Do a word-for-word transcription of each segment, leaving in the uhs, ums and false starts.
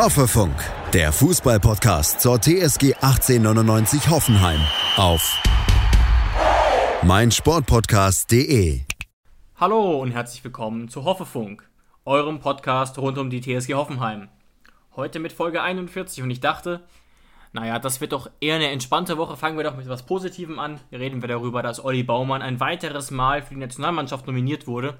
Hoffefunk, der Fußball-Podcast zur T S G achtzehnhundertneunundneunzig Hoffenheim auf meinsportpodcast punkt de. Hallo und herzlich willkommen zu Hoffefunk, eurem Podcast rund um die T S G Hoffenheim. Heute mit Folge einundvierzig und ich dachte, naja, das wird doch eher eine entspannte Woche. Fangen wir doch mit etwas Positivem an. Reden wir darüber, dass Olli Baumann ein weiteres Mal für die Nationalmannschaft nominiert wurde.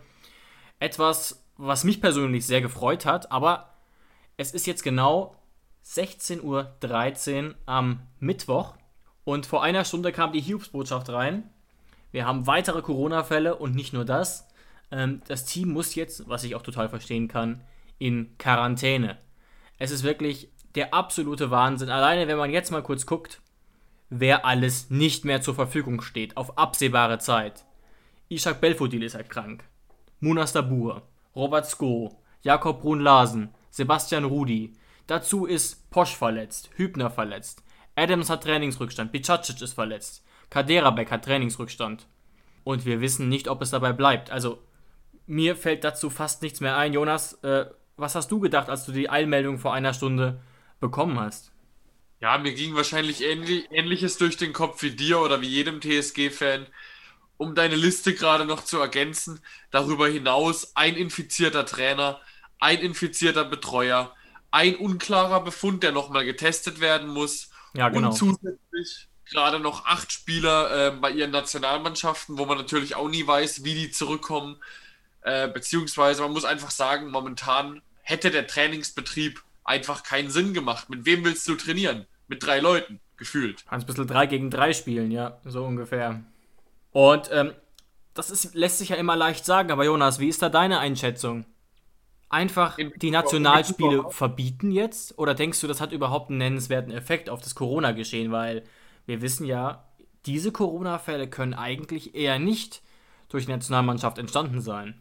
Etwas, was mich persönlich sehr gefreut hat, aber es ist jetzt genau sechzehn Uhr dreizehn am Mittwoch und vor einer Stunde kam die Hiobsbotschaft rein. Wir haben weitere Corona-Fälle und nicht nur das. Ähm, das Team muss jetzt, was ich auch total verstehen kann, in Quarantäne. Es ist wirklich der absolute Wahnsinn. Alleine, wenn man jetzt mal kurz guckt, wer alles nicht mehr zur Verfügung steht, auf absehbare Zeit. Ishak Belfodil ist halt krank. Munas Dabur, Robert Sko, Jakob Brun-Larsen, Sebastian Rudi. Dazu ist Posch verletzt, Hübner verletzt, Adams hat Trainingsrückstand, Bicacic ist verletzt, Kaderabek hat Trainingsrückstand. Und wir wissen nicht, ob es dabei bleibt. Also, mir fällt dazu fast nichts mehr ein. Jonas, äh, was hast du gedacht, als du die Eilmeldung vor einer Stunde bekommen hast? Ja, mir ging wahrscheinlich ähnlich, Ähnliches durch den Kopf wie dir oder wie jedem T S G-Fan. Um deine Liste gerade noch zu ergänzen, darüber hinaus ein infizierter Trainer, ein infizierter Betreuer, ein unklarer Befund, der nochmal getestet werden muss. Ja, genau. Und zusätzlich gerade noch acht Spieler äh, bei ihren Nationalmannschaften, wo man natürlich auch nie weiß, wie die zurückkommen. Äh, beziehungsweise man muss einfach sagen, momentan hätte der Trainingsbetrieb einfach keinen Sinn gemacht. Mit wem willst du trainieren? Mit drei Leuten, gefühlt. Kannst ein bisschen drei gegen drei spielen, ja, so ungefähr. Und ähm, das ist, lässt sich ja immer leicht sagen, aber Jonas, wie ist da deine Einschätzung? Einfach die Nationalspiele verbieten jetzt? Oder denkst du, das hat überhaupt einen nennenswerten Effekt auf das Corona-Geschehen? Weil wir wissen ja, diese Corona-Fälle können eigentlich eher nicht durch die Nationalmannschaft entstanden sein.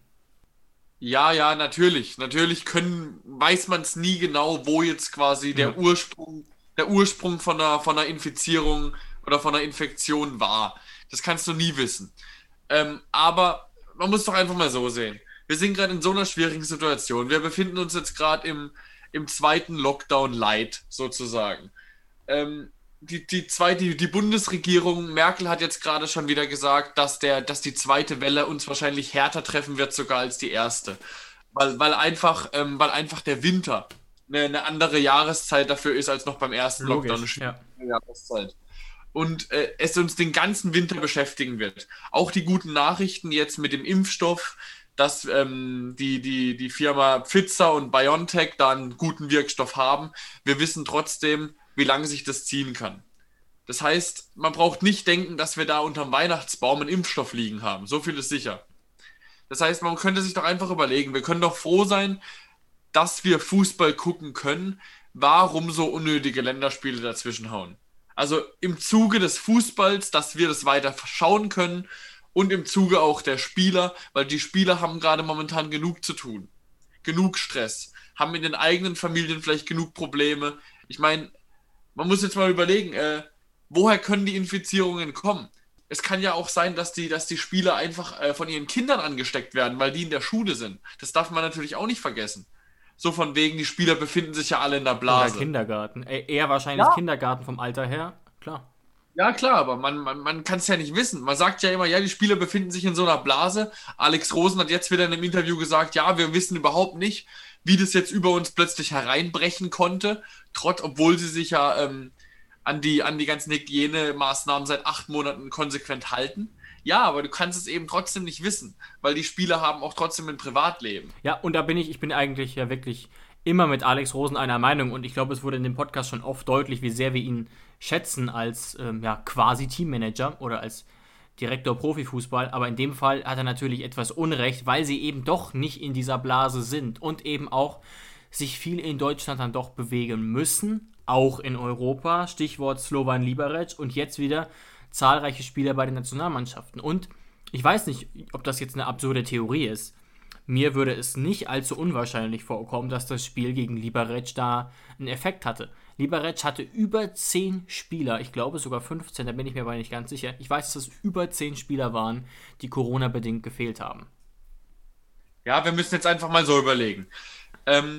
Ja, ja, natürlich. Natürlich können, weiß man es nie genau, wo jetzt quasi der Ja. Ursprung, der Ursprung von einer, von einer Infizierung oder von einer Infektion war. Das kannst du nie wissen. Ähm, aber man muss doch einfach mal so sehen. Wir sind gerade in so einer schwierigen Situation. Wir befinden uns jetzt gerade im, im zweiten Lockdown Light, sozusagen. Ähm, die, die, zweite, die, die Bundesregierung, Merkel hat jetzt gerade schon wieder gesagt, dass, der, dass die zweite Welle uns wahrscheinlich härter treffen wird sogar als die erste. Weil, weil, einfach, ähm, weil einfach der Winter eine, eine andere Jahreszeit dafür ist als noch beim ersten Logisch, Lockdown. Eine ja. schwierige Jahreszeit. Und äh, es uns den ganzen Winter beschäftigen wird. Auch die guten Nachrichten jetzt mit dem Impfstoff, dass ähm, die, die, die Firma Pfizer und BioNTech da einen guten Wirkstoff haben. Wir wissen trotzdem, wie lange sich das ziehen kann. Das heißt, man braucht nicht denken, dass wir da unterm Weihnachtsbaum einen Impfstoff liegen haben. So viel ist sicher. Das heißt, man könnte sich doch einfach überlegen, wir können doch froh sein, dass wir Fußball gucken können. Warum so unnötige Länderspiele dazwischen hauen? Also im Zuge des Fußballs, dass wir das weiter schauen können und im Zuge auch der Spieler, weil die Spieler haben gerade momentan genug zu tun. Genug Stress. Haben in den eigenen Familien vielleicht genug Probleme. Ich meine, man muss jetzt mal überlegen, äh, woher können die Infizierungen kommen? Es kann ja auch sein, dass die, dass die Spieler einfach äh, von ihren Kindern angesteckt werden, weil die in der Schule sind. Das darf man natürlich auch nicht vergessen. So von wegen, die Spieler befinden sich ja alle in der Blase. Oder Kindergarten. E- eher wahrscheinlich Ja. Kindergarten vom Alter her, klar. Ja, klar, aber man, man, man kann es ja nicht wissen. Man sagt ja immer, ja, die Spieler befinden sich in so einer Blase. Alex Rosen hat jetzt wieder in einem Interview gesagt, ja, wir wissen überhaupt nicht, wie das jetzt über uns plötzlich hereinbrechen konnte, trotz, obwohl sie sich ja ähm, an, die, an die ganzen Hygienemaßnahmen seit acht Monaten konsequent halten. Ja, aber du kannst es eben trotzdem nicht wissen, weil die Spieler haben auch trotzdem ein Privatleben. Ja, und da bin ich, ich bin eigentlich ja wirklich immer mit Alex Rosen einer Meinung und ich glaube, es wurde in dem Podcast schon oft deutlich, wie sehr wir ihn schätzen als ähm, ja, quasi Teammanager oder als Direktor Profifußball, aber in dem Fall hat er natürlich etwas Unrecht, weil sie eben doch nicht in dieser Blase sind und eben auch sich viel in Deutschland dann doch bewegen müssen, auch in Europa, Stichwort Slovan Liberec und jetzt wieder zahlreiche Spieler bei den Nationalmannschaften. Und ich weiß nicht, ob das jetzt eine absurde Theorie ist. Mir würde es nicht allzu unwahrscheinlich vorkommen, dass das Spiel gegen Liberec da einen Effekt hatte. Liberec hatte über zehn Spieler, ich glaube sogar fünfzehn, da bin ich mir aber nicht ganz sicher. Ich weiß, dass es über zehn Spieler waren, die Corona-bedingt gefehlt haben. Ja, wir müssen jetzt einfach mal so überlegen. Ähm,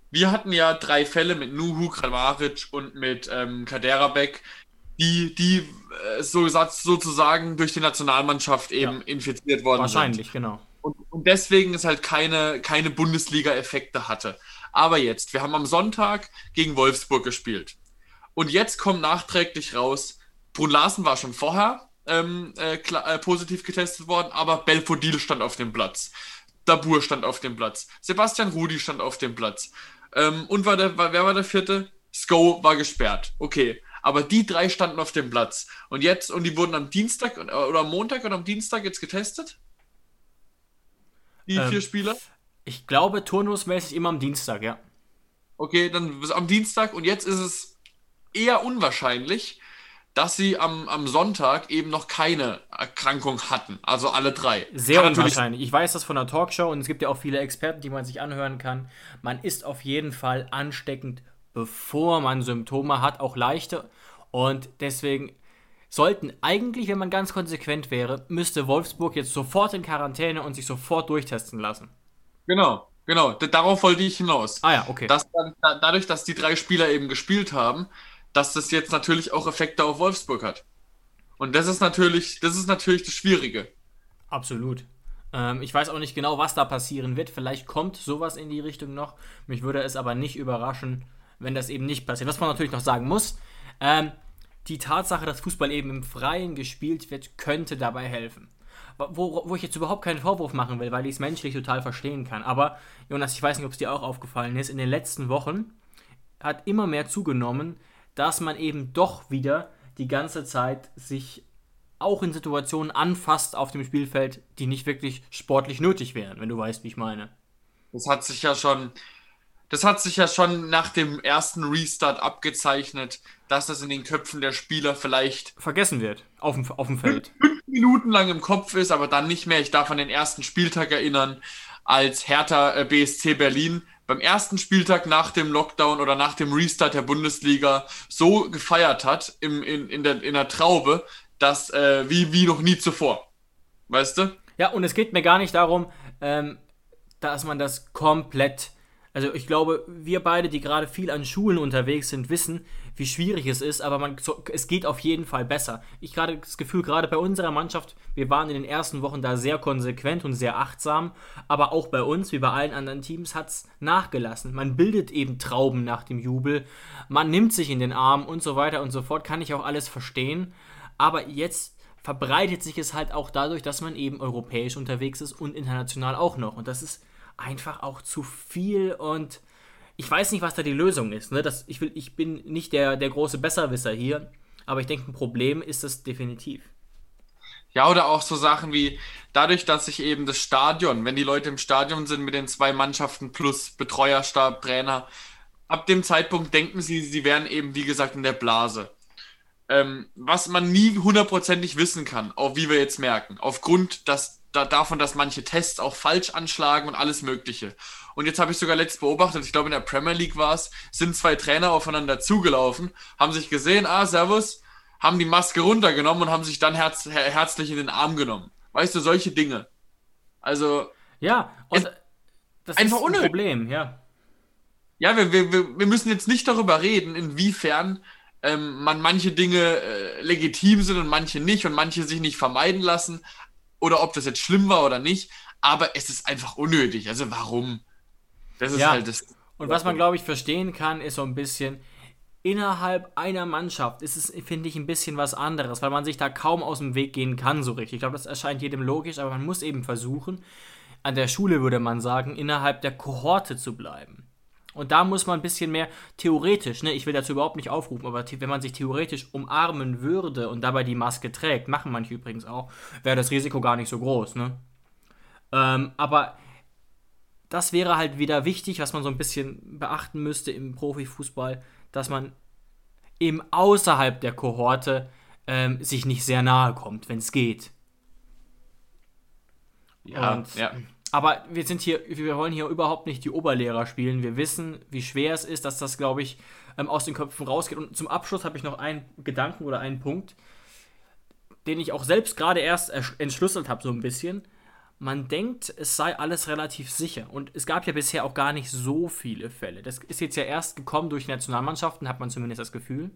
wir hatten ja drei Fälle mit Nuhu, Kramaric und mit ähm, Kaderabek, die, die äh, so, sozusagen durch die Nationalmannschaft eben Ja. infiziert worden Wahrscheinlich, sind. genau. Und, und deswegen es halt keine, keine Bundesliga-Effekte hatte. Aber jetzt, wir haben am Sonntag gegen Wolfsburg gespielt. Und jetzt kommt nachträglich raus, Brun Larsen war schon vorher ähm, äh, kla- äh, positiv getestet worden, aber Belfodil stand auf dem Platz. Dabur stand auf dem Platz. Sebastian Rudi stand auf dem Platz. Ähm, und war der, war, wer war der vierte? Sko war gesperrt. Okay. Aber die drei standen auf dem Platz. Und jetzt, und die wurden am Dienstag oder am Montag oder am Dienstag jetzt getestet? Die Ähm, vier Spieler? Ich glaube, turnusmäßig immer am Dienstag, ja. Okay, dann am Dienstag. Und jetzt ist es eher unwahrscheinlich, dass sie am, am Sonntag eben noch keine Erkrankung hatten. Also alle drei. Sehr Kann natürlich- unwahrscheinlich. Ich weiß das von der Talkshow und es gibt ja auch viele Experten, die man sich anhören kann. Man ist auf jeden Fall ansteckend, bevor man Symptome hat, auch leichte. Und deswegen sollten eigentlich, wenn man ganz konsequent wäre, müsste Wolfsburg jetzt sofort in Quarantäne und sich sofort durchtesten lassen. Genau, genau. D- Darauf wollte ich hinaus. Ah ja, okay. Dass dann, da, dadurch, dass die drei Spieler eben gespielt haben, dass das jetzt natürlich auch Effekte auf Wolfsburg hat. Und das ist natürlich, das ist natürlich das Schwierige. Absolut. Ähm, ich weiß auch nicht genau, was da passieren wird. Vielleicht kommt sowas in die Richtung noch. Mich würde es aber nicht überraschen, wenn das eben nicht passiert. Was man natürlich noch sagen muss, ähm, die Tatsache, dass Fußball eben im Freien gespielt wird, könnte dabei helfen. Wo, wo ich jetzt überhaupt keinen Vorwurf machen will, weil ich es menschlich total verstehen kann. Aber, Jonas, ich weiß nicht, ob es dir auch aufgefallen ist, in den letzten Wochen hat immer mehr zugenommen, dass man eben doch wieder die ganze Zeit sich auch in Situationen anfasst auf dem Spielfeld, die nicht wirklich sportlich nötig wären, wenn du weißt, wie ich meine. Das hat sich ja schon, das hat sich ja schon nach dem ersten Restart abgezeichnet, dass das in den Köpfen der Spieler vielleicht Vergessen wird auf dem, auf dem Feld. fünf Minuten lang im Kopf ist, aber dann nicht mehr. Ich darf an den ersten Spieltag erinnern, als Hertha äh, B S C Berlin beim ersten Spieltag nach dem Lockdown oder nach dem Restart der Bundesliga so gefeiert hat im, in, in, der, in der Traube, dass äh, wie, wie noch nie zuvor. Weißt du? Ja, und es geht mir gar nicht darum, ähm, dass man das komplett. Also ich glaube, wir beide, die gerade viel an Schulen unterwegs sind, wissen, wie schwierig es ist, aber man, so, es geht auf jeden Fall besser. Ich gerade das Gefühl, gerade bei unserer Mannschaft, wir waren in den ersten Wochen da sehr konsequent und sehr achtsam, aber auch bei uns, wie bei allen anderen Teams, hat es nachgelassen. Man bildet eben Trauben nach dem Jubel, man nimmt sich in den Arm und so weiter und so fort, kann ich auch alles verstehen, aber jetzt verbreitet sich es halt auch dadurch, dass man eben europäisch unterwegs ist und international auch noch. Und das ist einfach auch zu viel und ich weiß nicht, was da die Lösung ist. Ne? Das, ich, will, ich bin nicht der, der große Besserwisser hier, aber ich denke, ein Problem ist das definitiv. Ja, oder auch so Sachen wie dadurch, dass sich eben das Stadion, wenn die Leute im Stadion sind mit den zwei Mannschaften plus Betreuerstab, Trainer, ab dem Zeitpunkt denken sie, sie wären eben, wie gesagt, in der Blase. Ähm, was man nie hundertprozentig wissen kann, auch wie wir jetzt merken, aufgrund dass, da, davon, dass manche Tests auch falsch anschlagen und alles Mögliche. Und jetzt habe ich sogar letzt beobachtet, ich glaube in der Premier League war es, sind zwei Trainer aufeinander zugelaufen, haben sich gesehen, ah, servus, haben die Maske runtergenommen und haben sich dann herz, her, herzlich in den Arm genommen. Weißt du, solche Dinge. Also, Ja, und Es- das einfach ist ein unnötig. Problem, ja. ja, wir, wir, wir wir müssen jetzt nicht darüber reden, inwiefern ähm, man manche Dinge äh, legitim sind und manche nicht und manche sich nicht vermeiden lassen oder ob das jetzt schlimm war oder nicht, aber es ist einfach unnötig. Also warum? Das ist Ja. halt das. Und was man, glaube ich, verstehen kann, ist so ein bisschen, innerhalb einer Mannschaft ist es, finde ich, ein bisschen was anderes, weil man sich da kaum aus dem Weg gehen kann so richtig. Ich glaube, das erscheint jedem logisch, aber man muss eben versuchen, an der Schule würde man sagen, innerhalb der Kohorte zu bleiben. Und da muss man ein bisschen mehr theoretisch, ne, ich will dazu überhaupt nicht aufrufen, aber the- wenn man sich theoretisch umarmen würde und dabei die Maske trägt, machen manche übrigens auch, wäre das Risiko gar nicht so groß, ne? Ähm, aber das wäre halt wieder wichtig, was man so ein bisschen beachten müsste im Profifußball, dass man eben außerhalb der Kohorte ähm, sich nicht sehr nahe kommt, wenn es geht. Ja, Und- ja. Aber wir sind hier, wir wollen hier überhaupt nicht die Oberlehrer spielen. Wir wissen, wie schwer es ist, dass das, glaube ich, ähm, aus den Köpfen rausgeht. Und zum Abschluss habe ich noch einen Gedanken oder einen Punkt, den ich auch selbst gerade erst ersch- entschlüsselt habe, so ein bisschen. man denkt, es sei alles relativ sicher. Und es gab ja bisher auch gar nicht so viele Fälle. Das ist jetzt ja erst gekommen durch Nationalmannschaften, hat man zumindest das Gefühl.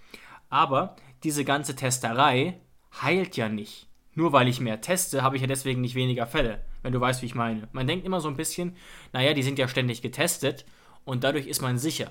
Aber diese ganze Testerei heilt ja nicht. Nur weil ich mehr teste, habe ich ja deswegen nicht weniger Fälle, wenn du weißt, wie ich meine. Man denkt immer so ein bisschen, naja, die sind ja ständig getestet und dadurch ist man sicher.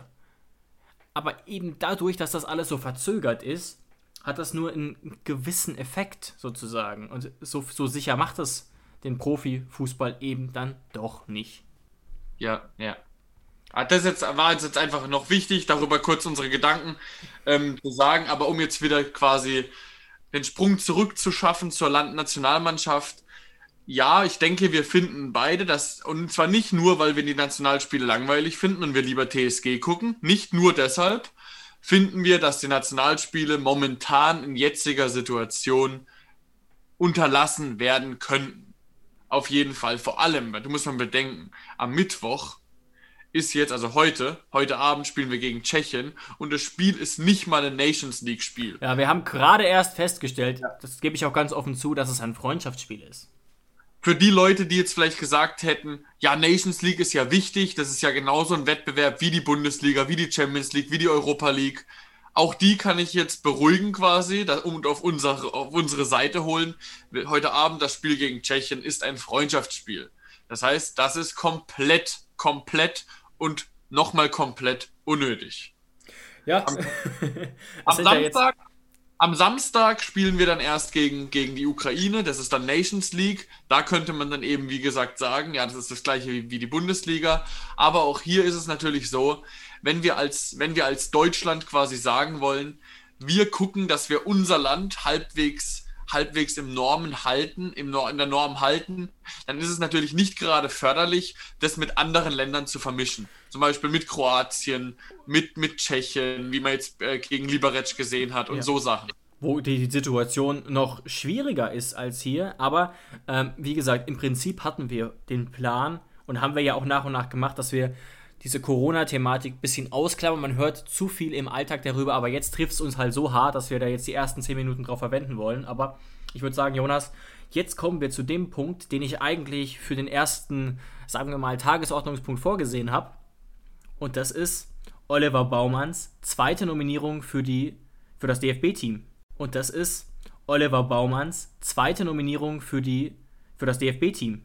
Aber eben dadurch, dass das alles so verzögert ist, hat das nur einen gewissen Effekt sozusagen. Und so, so sicher macht es den Profifußball eben dann doch nicht. Ja, ja. Das jetzt, war uns jetzt einfach noch wichtig, darüber kurz unsere Gedanken ähm, zu sagen. Aber um jetzt wieder quasi den Sprung zurückzuschaffen zur Landnationalmannschaft, ja, ich denke, wir finden beide das, und zwar nicht nur, weil wir die Nationalspiele langweilig finden und wir lieber T S G gucken, nicht nur deshalb finden wir, dass die Nationalspiele momentan in jetziger Situation unterlassen werden könnten. Auf jeden Fall, vor allem, du musst mal bedenken, am Mittwoch ist jetzt, also heute, heute Abend spielen wir gegen Tschechien und das Spiel ist nicht mal ein Nations League Spiel. Ja, wir haben gerade erst festgestellt, ja. Das gebe ich auch ganz offen zu, dass es ein Freundschaftsspiel ist. Für die Leute, die jetzt vielleicht gesagt hätten, ja, Nations League ist ja wichtig, das ist ja genauso ein Wettbewerb wie die Bundesliga, wie die Champions League, wie die Europa League. Auch die kann ich jetzt beruhigen quasi und auf unsere, auf unsere Seite holen. Heute Abend das Spiel gegen Tschechien ist ein Freundschaftsspiel. Das heißt, das ist komplett, komplett und nochmal komplett unnötig. Ja. Am, am Samstag... Am Samstag spielen wir dann erst gegen, gegen die Ukraine, das ist dann Nations League. Da könnte man dann eben, wie gesagt, sagen, ja, das ist das gleiche wie, wie die Bundesliga. Aber auch hier ist es natürlich so, wenn wir als, wenn wir als Deutschland quasi sagen wollen, wir gucken, dass wir unser Land halbwegs, halbwegs im Normen halten, im, in der Norm halten, dann ist es natürlich nicht gerade förderlich, das mit anderen Ländern zu vermischen. Zum Beispiel mit Kroatien, mit, mit Tschechien, wie man jetzt äh, gegen Liberec gesehen hat und ja. so Sachen. Wo die Situation noch schwieriger ist als hier, aber ähm, wie gesagt, im Prinzip hatten wir den Plan und haben wir ja auch nach und nach gemacht, dass wir diese Corona-Thematik ein bisschen ausklammern. Man hört zu viel im Alltag darüber, aber jetzt trifft es uns halt so hart, dass wir da jetzt die ersten zehn Minuten drauf verwenden wollen. Aber ich würde sagen, Jonas, jetzt kommen wir zu dem Punkt, den ich eigentlich für den ersten, sagen wir mal, Tagesordnungspunkt vorgesehen habe. Und das ist Oliver Baumanns zweite Nominierung für, die, für das D F B-Team. Und das ist Oliver Baumanns zweite Nominierung für, die, für das D F B-Team.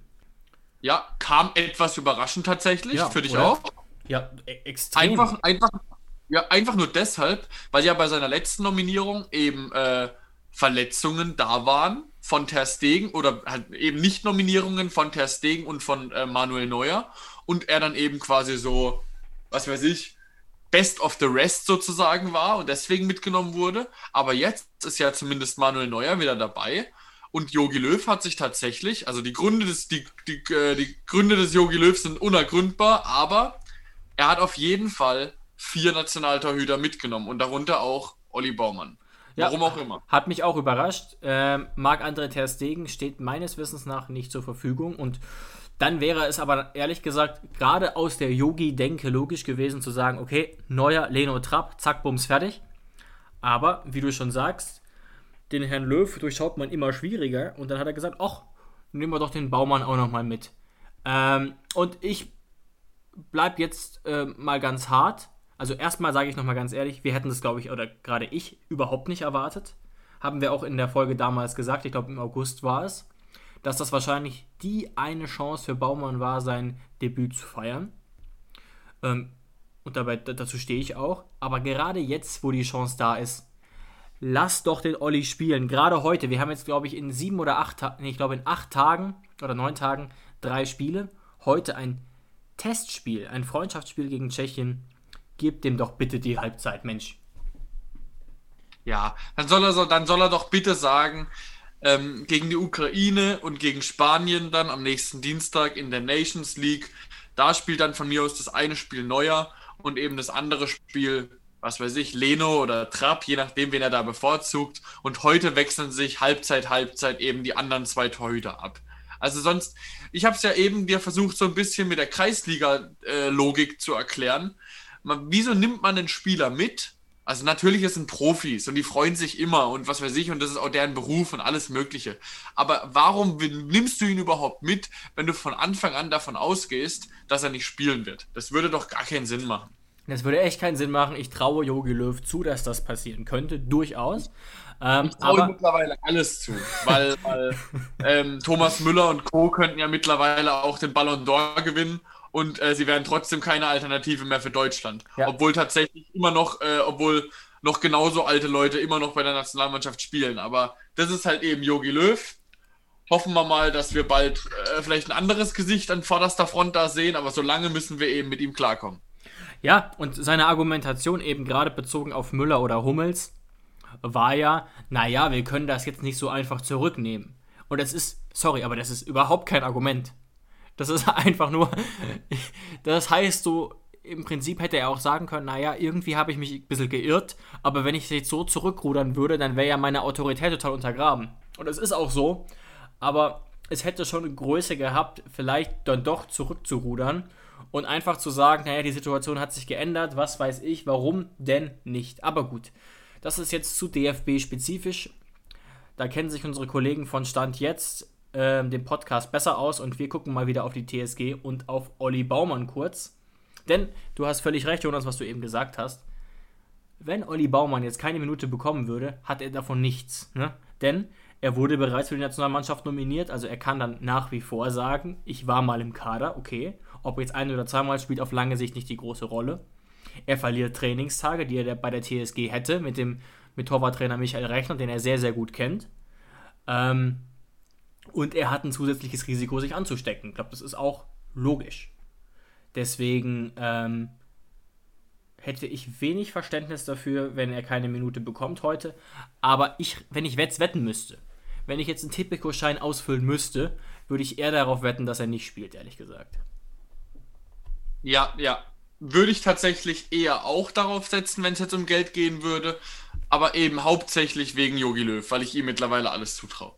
Ja, kam etwas überraschend tatsächlich, ja, für dich oder? auch. Ja, e- extrem. Einfach, einfach, ja, einfach nur deshalb, weil ja bei seiner letzten Nominierung eben äh, Verletzungen da waren von Ter Stegen oder halt eben Nicht-Nominierungen von Ter Stegen und von äh, Manuel Neuer und er dann eben quasi so, was weiß ich, Best of the Rest sozusagen war und deswegen mitgenommen wurde. Aber jetzt ist ja zumindest Manuel Neuer wieder dabei. Und Jogi Löw hat sich tatsächlich, also die Gründe des, die, die, äh, die Gründe des Jogi Löw sind unergründbar, aber er hat auf jeden Fall vier Nationaltorhüter mitgenommen und darunter auch Olli Baumann. Ja, Warum auch immer. Hat mich auch überrascht. Ähm, Marc-André Ter Stegen steht meines Wissens nach nicht zur Verfügung und dann wäre es aber ehrlich gesagt gerade aus der Jogi-Denke logisch gewesen zu sagen, okay, Neuer, Leno, Trapp, zack, bums, fertig. Aber, wie du schon sagst, den Herrn Löw durchschaut man immer schwieriger und dann hat er gesagt, ach, nehmen wir doch den Baumann auch nochmal mit. Ähm, und ich bleib jetzt äh, mal ganz hart. Also erstmal sage ich nochmal ganz ehrlich, wir hätten das, glaube ich, oder gerade ich, überhaupt nicht erwartet. Haben wir auch in der Folge damals gesagt, ich glaube im August war es, dass das wahrscheinlich die eine Chance für Baumann war, sein Debüt zu feiern. Ähm, und dabei, dazu stehe ich auch. Aber gerade jetzt, wo die Chance da ist, lass doch den Olli spielen. Gerade heute, wir haben jetzt, glaube ich, in sieben oder acht Tagen, nee, ich glaube in acht Tagen oder neun Tagen drei Spiele. Heute ein Testspiel, ein Freundschaftsspiel gegen Tschechien. Gib dem doch bitte die Halbzeit, Mensch. Ja, dann soll er, so, dann soll er doch bitte sagen, ähm, gegen die Ukraine und gegen Spanien dann am nächsten Dienstag in der Nations League, da spielt dann von mir aus das eine Spiel Neuer und eben das andere Spiel, was weiß ich, Leno oder Trapp, je nachdem, wen er da bevorzugt. Und heute wechseln sich Halbzeit, Halbzeit eben die anderen zwei Torhüter ab. Also sonst, ich habe es ja eben dir versucht, so ein bisschen mit der Kreisliga-Logik äh, zu erklären. Man, wieso nimmt man den Spieler mit, Also natürlich, es sind Profis und die freuen sich immer und was weiß ich und das ist auch deren Beruf und alles Mögliche. Aber warum nimmst du ihn überhaupt mit, wenn du von Anfang an davon ausgehst, dass er nicht spielen wird? Das würde doch gar keinen Sinn machen. Das würde echt keinen Sinn machen. Ich traue Jogi Löw zu, dass das passieren könnte, durchaus. Ähm, ich traue aber mittlerweile alles zu, weil, weil ähm, Thomas Müller und Co. könnten ja mittlerweile auch den Ballon d'Or gewinnen. Und äh, sie wären trotzdem keine Alternative mehr für Deutschland. Ja. Obwohl tatsächlich immer noch, äh, obwohl noch genauso alte Leute immer noch bei der Nationalmannschaft spielen. Aber das ist halt eben Jogi Löw. Hoffen wir mal, dass wir bald äh, vielleicht ein anderes Gesicht an vorderster Front da sehen. Aber solange müssen wir eben mit ihm klarkommen. Ja, und seine Argumentation eben gerade bezogen auf Müller oder Hummels war ja, naja, wir können das jetzt nicht so einfach zurücknehmen. Und das ist, sorry, aber das ist überhaupt kein Argument. Das ist einfach nur, das heißt so, im Prinzip hätte er auch sagen können, naja, irgendwie habe ich mich ein bisschen geirrt, aber wenn ich jetzt so zurückrudern würde, dann wäre ja meine Autorität total untergraben. Und es ist auch so, aber es hätte schon eine Größe gehabt, vielleicht dann doch zurückzurudern und einfach zu sagen, naja, die Situation hat sich geändert, was weiß ich, warum denn nicht. Aber gut, das ist jetzt zu D F B-spezifisch, da kennen sich unsere Kollegen von Stand jetzt dem Podcast besser aus und wir gucken mal wieder auf die T S G und auf Olli Baumann kurz. Denn du hast völlig recht, Jonas, was du eben gesagt hast. Wenn Olli Baumann jetzt keine Minute bekommen würde, hat er davon nichts. Ne? Denn er wurde bereits für die Nationalmannschaft nominiert, also er kann dann nach wie vor sagen, ich war mal im Kader, okay. Ob er jetzt ein- oder zweimal spielt, auf lange Sicht nicht die große Rolle. Er verliert Trainingstage, die er bei der T S G hätte, mit dem mit Torwarttrainer Michael Rechner, den er sehr, sehr gut kennt. Ähm, Und er hat ein zusätzliches Risiko, sich anzustecken. Ich glaube, das ist auch logisch. Deswegen ähm, hätte ich wenig Verständnis dafür, wenn er keine Minute bekommt heute. Aber ich, wenn ich jetzt wetten müsste, wenn ich jetzt einen Tipico-Schein ausfüllen müsste, würde ich eher darauf wetten, dass er nicht spielt, ehrlich gesagt. Ja, ja. Würde ich tatsächlich eher auch darauf setzen, wenn es jetzt um Geld gehen würde. Aber eben hauptsächlich wegen Jogi Löw, weil ich ihm mittlerweile alles zutraue.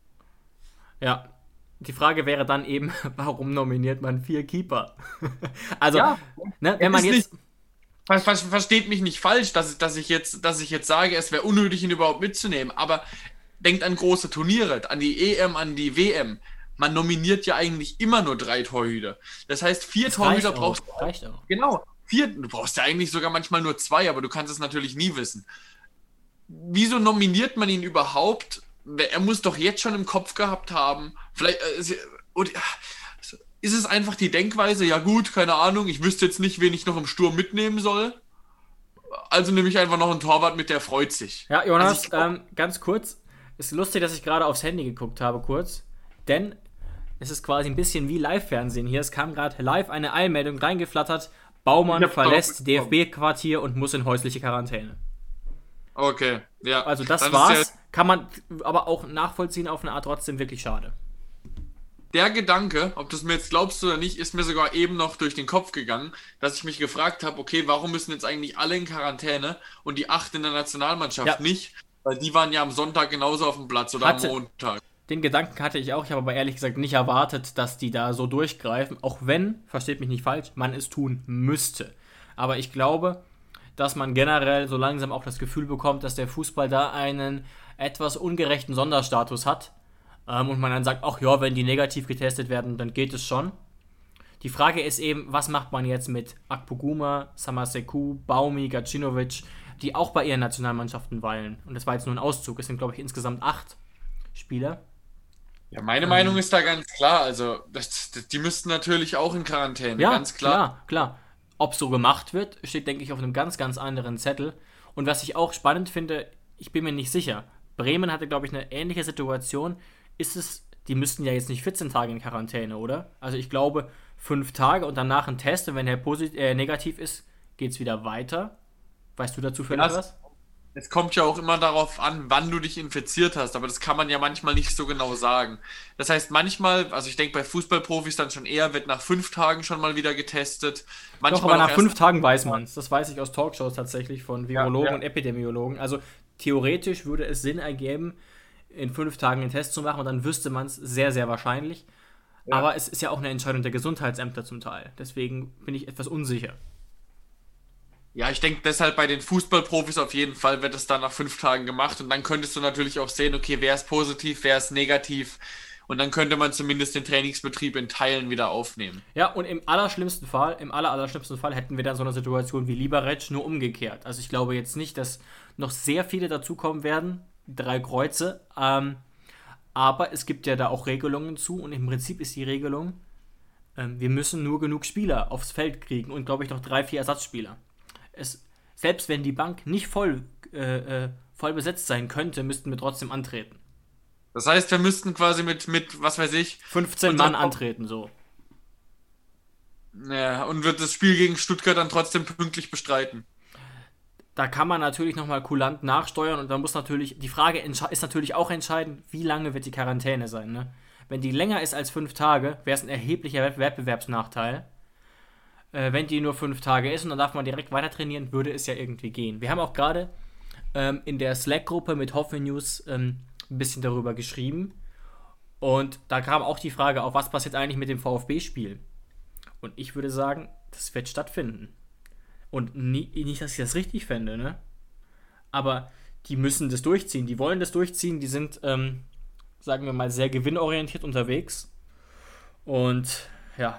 Ja, die Frage wäre dann eben, warum nominiert man vier Keeper? Also, ja, ne, wenn man jetzt... Nicht, ver, versteht mich nicht falsch, dass, dass, ich jetzt, dass ich jetzt sage, es wäre unnötig, ihn überhaupt mitzunehmen, aber denkt an große Turniere, an die E M, an die W M. Man nominiert ja eigentlich immer nur drei Torhüter. Das heißt, vier das Torhüter brauchst du. Reicht auch. Genau, vier, du brauchst ja eigentlich sogar manchmal nur zwei, aber du kannst es natürlich nie wissen. Wieso nominiert man ihn überhaupt? Er muss doch jetzt schon im Kopf gehabt haben, vielleicht äh, ist es einfach die Denkweise, ja gut, keine Ahnung, ich wüsste jetzt nicht, wen ich noch im Sturm mitnehmen soll, also nehme ich einfach noch einen Torwart mit, der freut sich. Ja, Jonas, also ähm, ganz kurz, ist lustig, dass ich gerade aufs Handy geguckt habe, kurz, denn es ist quasi ein bisschen wie Live-Fernsehen hier, es kam gerade live eine Eilmeldung reingeflattert, Baumann verlässt D F B-Quartier und muss in häusliche Quarantäne. Okay, ja. Also das Dann war's, ja, kann man aber auch nachvollziehen auf eine Art, trotzdem wirklich schade. Der Gedanke, ob du es mir jetzt glaubst oder nicht, ist mir sogar eben noch durch den Kopf gegangen, dass ich mich gefragt habe, okay, warum müssen jetzt eigentlich alle in Quarantäne und die acht in der Nationalmannschaft ja. nicht? Weil die waren ja am Sonntag genauso auf dem Platz oder hatte, am Montag. Den Gedanken hatte ich auch, ich habe aber ehrlich gesagt nicht erwartet, dass die da so durchgreifen, auch wenn, versteht mich nicht falsch, man es tun müsste. Aber ich glaube, dass man generell so langsam auch das Gefühl bekommt, dass der Fußball da einen etwas ungerechten Sonderstatus hat ähm, und man dann sagt, ach ja, wenn die negativ getestet werden, dann geht es schon. Die Frage ist eben, was macht man jetzt mit Akpoguma, Samaseku, Baumi, Gacinovic, die auch bei ihren Nationalmannschaften weilen. Und das war jetzt nur ein Auszug, es sind glaube ich insgesamt acht Spieler. Ja, meine ähm, Meinung ist da ganz klar, also das, das, die müssten natürlich auch in Quarantäne, ja, ganz klar. klar, klar. Ob so gemacht wird, steht, denke ich, auf einem ganz, ganz anderen Zettel. Und was ich auch spannend finde, ich bin mir nicht sicher. Bremen hatte, glaube ich, eine ähnliche Situation. Ist es, die müssten ja jetzt nicht vierzehn Tage in Quarantäne, oder? Also ich glaube, fünf Tage und danach ein Test. Und wenn der posit- äh, negativ ist, geht es wieder weiter. Weißt du dazu vielleicht ja, was? Es kommt ja auch immer darauf an, wann du dich infiziert hast, aber das kann man ja manchmal nicht so genau sagen. Das heißt, manchmal, also ich denke bei Fußballprofis dann schon eher, wird nach fünf Tagen schon mal wieder getestet. Manchmal Doch, aber nach fünf Tagen weiß man es. Das weiß ich aus Talkshows tatsächlich von Virologen ja, ja. und Epidemiologen. Also theoretisch würde es Sinn ergeben, in fünf Tagen einen Test zu machen und dann wüsste man es sehr, sehr wahrscheinlich. Ja. Aber es ist ja auch eine Entscheidung der Gesundheitsämter zum Teil. Deswegen bin ich etwas unsicher. Ja, ich denke deshalb bei den Fußballprofis auf jeden Fall wird es dann nach fünf Tagen gemacht und dann könntest du natürlich auch sehen, okay, wer ist positiv, wer ist negativ und dann könnte man zumindest den Trainingsbetrieb in Teilen wieder aufnehmen. Ja, und im allerschlimmsten Fall, im aller, allerschlimmsten Fall hätten wir dann so eine Situation wie Liberec, nur umgekehrt. Also ich glaube jetzt nicht, dass noch sehr viele dazukommen werden, drei Kreuze, ähm, aber es gibt ja da auch Regelungen zu und im Prinzip ist die Regelung, ähm, wir müssen nur genug Spieler aufs Feld kriegen und glaube ich noch drei, vier Ersatzspieler. Es, selbst wenn die Bank nicht voll, äh, äh, voll besetzt sein könnte, müssten wir trotzdem antreten. Das heißt, wir müssten quasi mit, mit was weiß ich... fünfzehn Mann antreten, so. Ja, und wird das Spiel gegen Stuttgart dann trotzdem pünktlich bestreiten. Da kann man natürlich nochmal kulant nachsteuern und da muss natürlich, die Frage ist natürlich auch entscheidend, wie lange wird die Quarantäne sein, ne? Wenn die länger ist als fünf Tage, wäre es ein erheblicher Wettbewerbsnachteil. Wenn die nur fünf Tage ist und dann darf man direkt weiter trainieren, würde es ja irgendwie gehen. Wir haben auch gerade ähm, in der Slack-Gruppe mit Hoffe News ähm, ein bisschen darüber geschrieben und da kam auch die Frage auf, was passiert eigentlich mit dem VfB-Spiel? Und ich würde sagen, das wird stattfinden. Und nie, nicht, dass ich das richtig fände, ne? Aber die müssen das durchziehen, die wollen das durchziehen, die sind, ähm, sagen wir mal, sehr gewinnorientiert unterwegs und ja,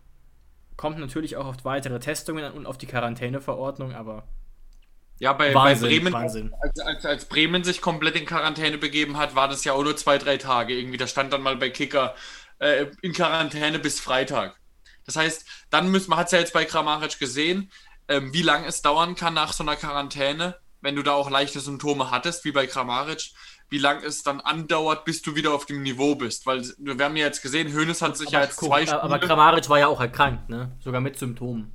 kommt natürlich auch auf weitere Testungen und auf die Quarantäneverordnung, aber ja, bei, Wahnsinn, bei Bremen, Wahnsinn. Als, als, als Bremen sich komplett in Quarantäne begeben hat, war das ja auch nur zwei, drei Tage irgendwie. Da stand dann mal bei Kicker äh, in Quarantäne bis Freitag. Das heißt, dann müssen, man hat es ja jetzt bei Kramaric gesehen, ähm, wie lange es dauern kann nach so einer Quarantäne, wenn du da auch leichte Symptome hattest, wie bei Kramaric, wie lange es dann andauert, bis du wieder auf dem Niveau bist. Weil wir haben ja jetzt gesehen, Hoeneß hat sich aber, ja jetzt zwei Spiele... Aber Kramaric war ja auch erkrankt, ne? Sogar mit Symptomen.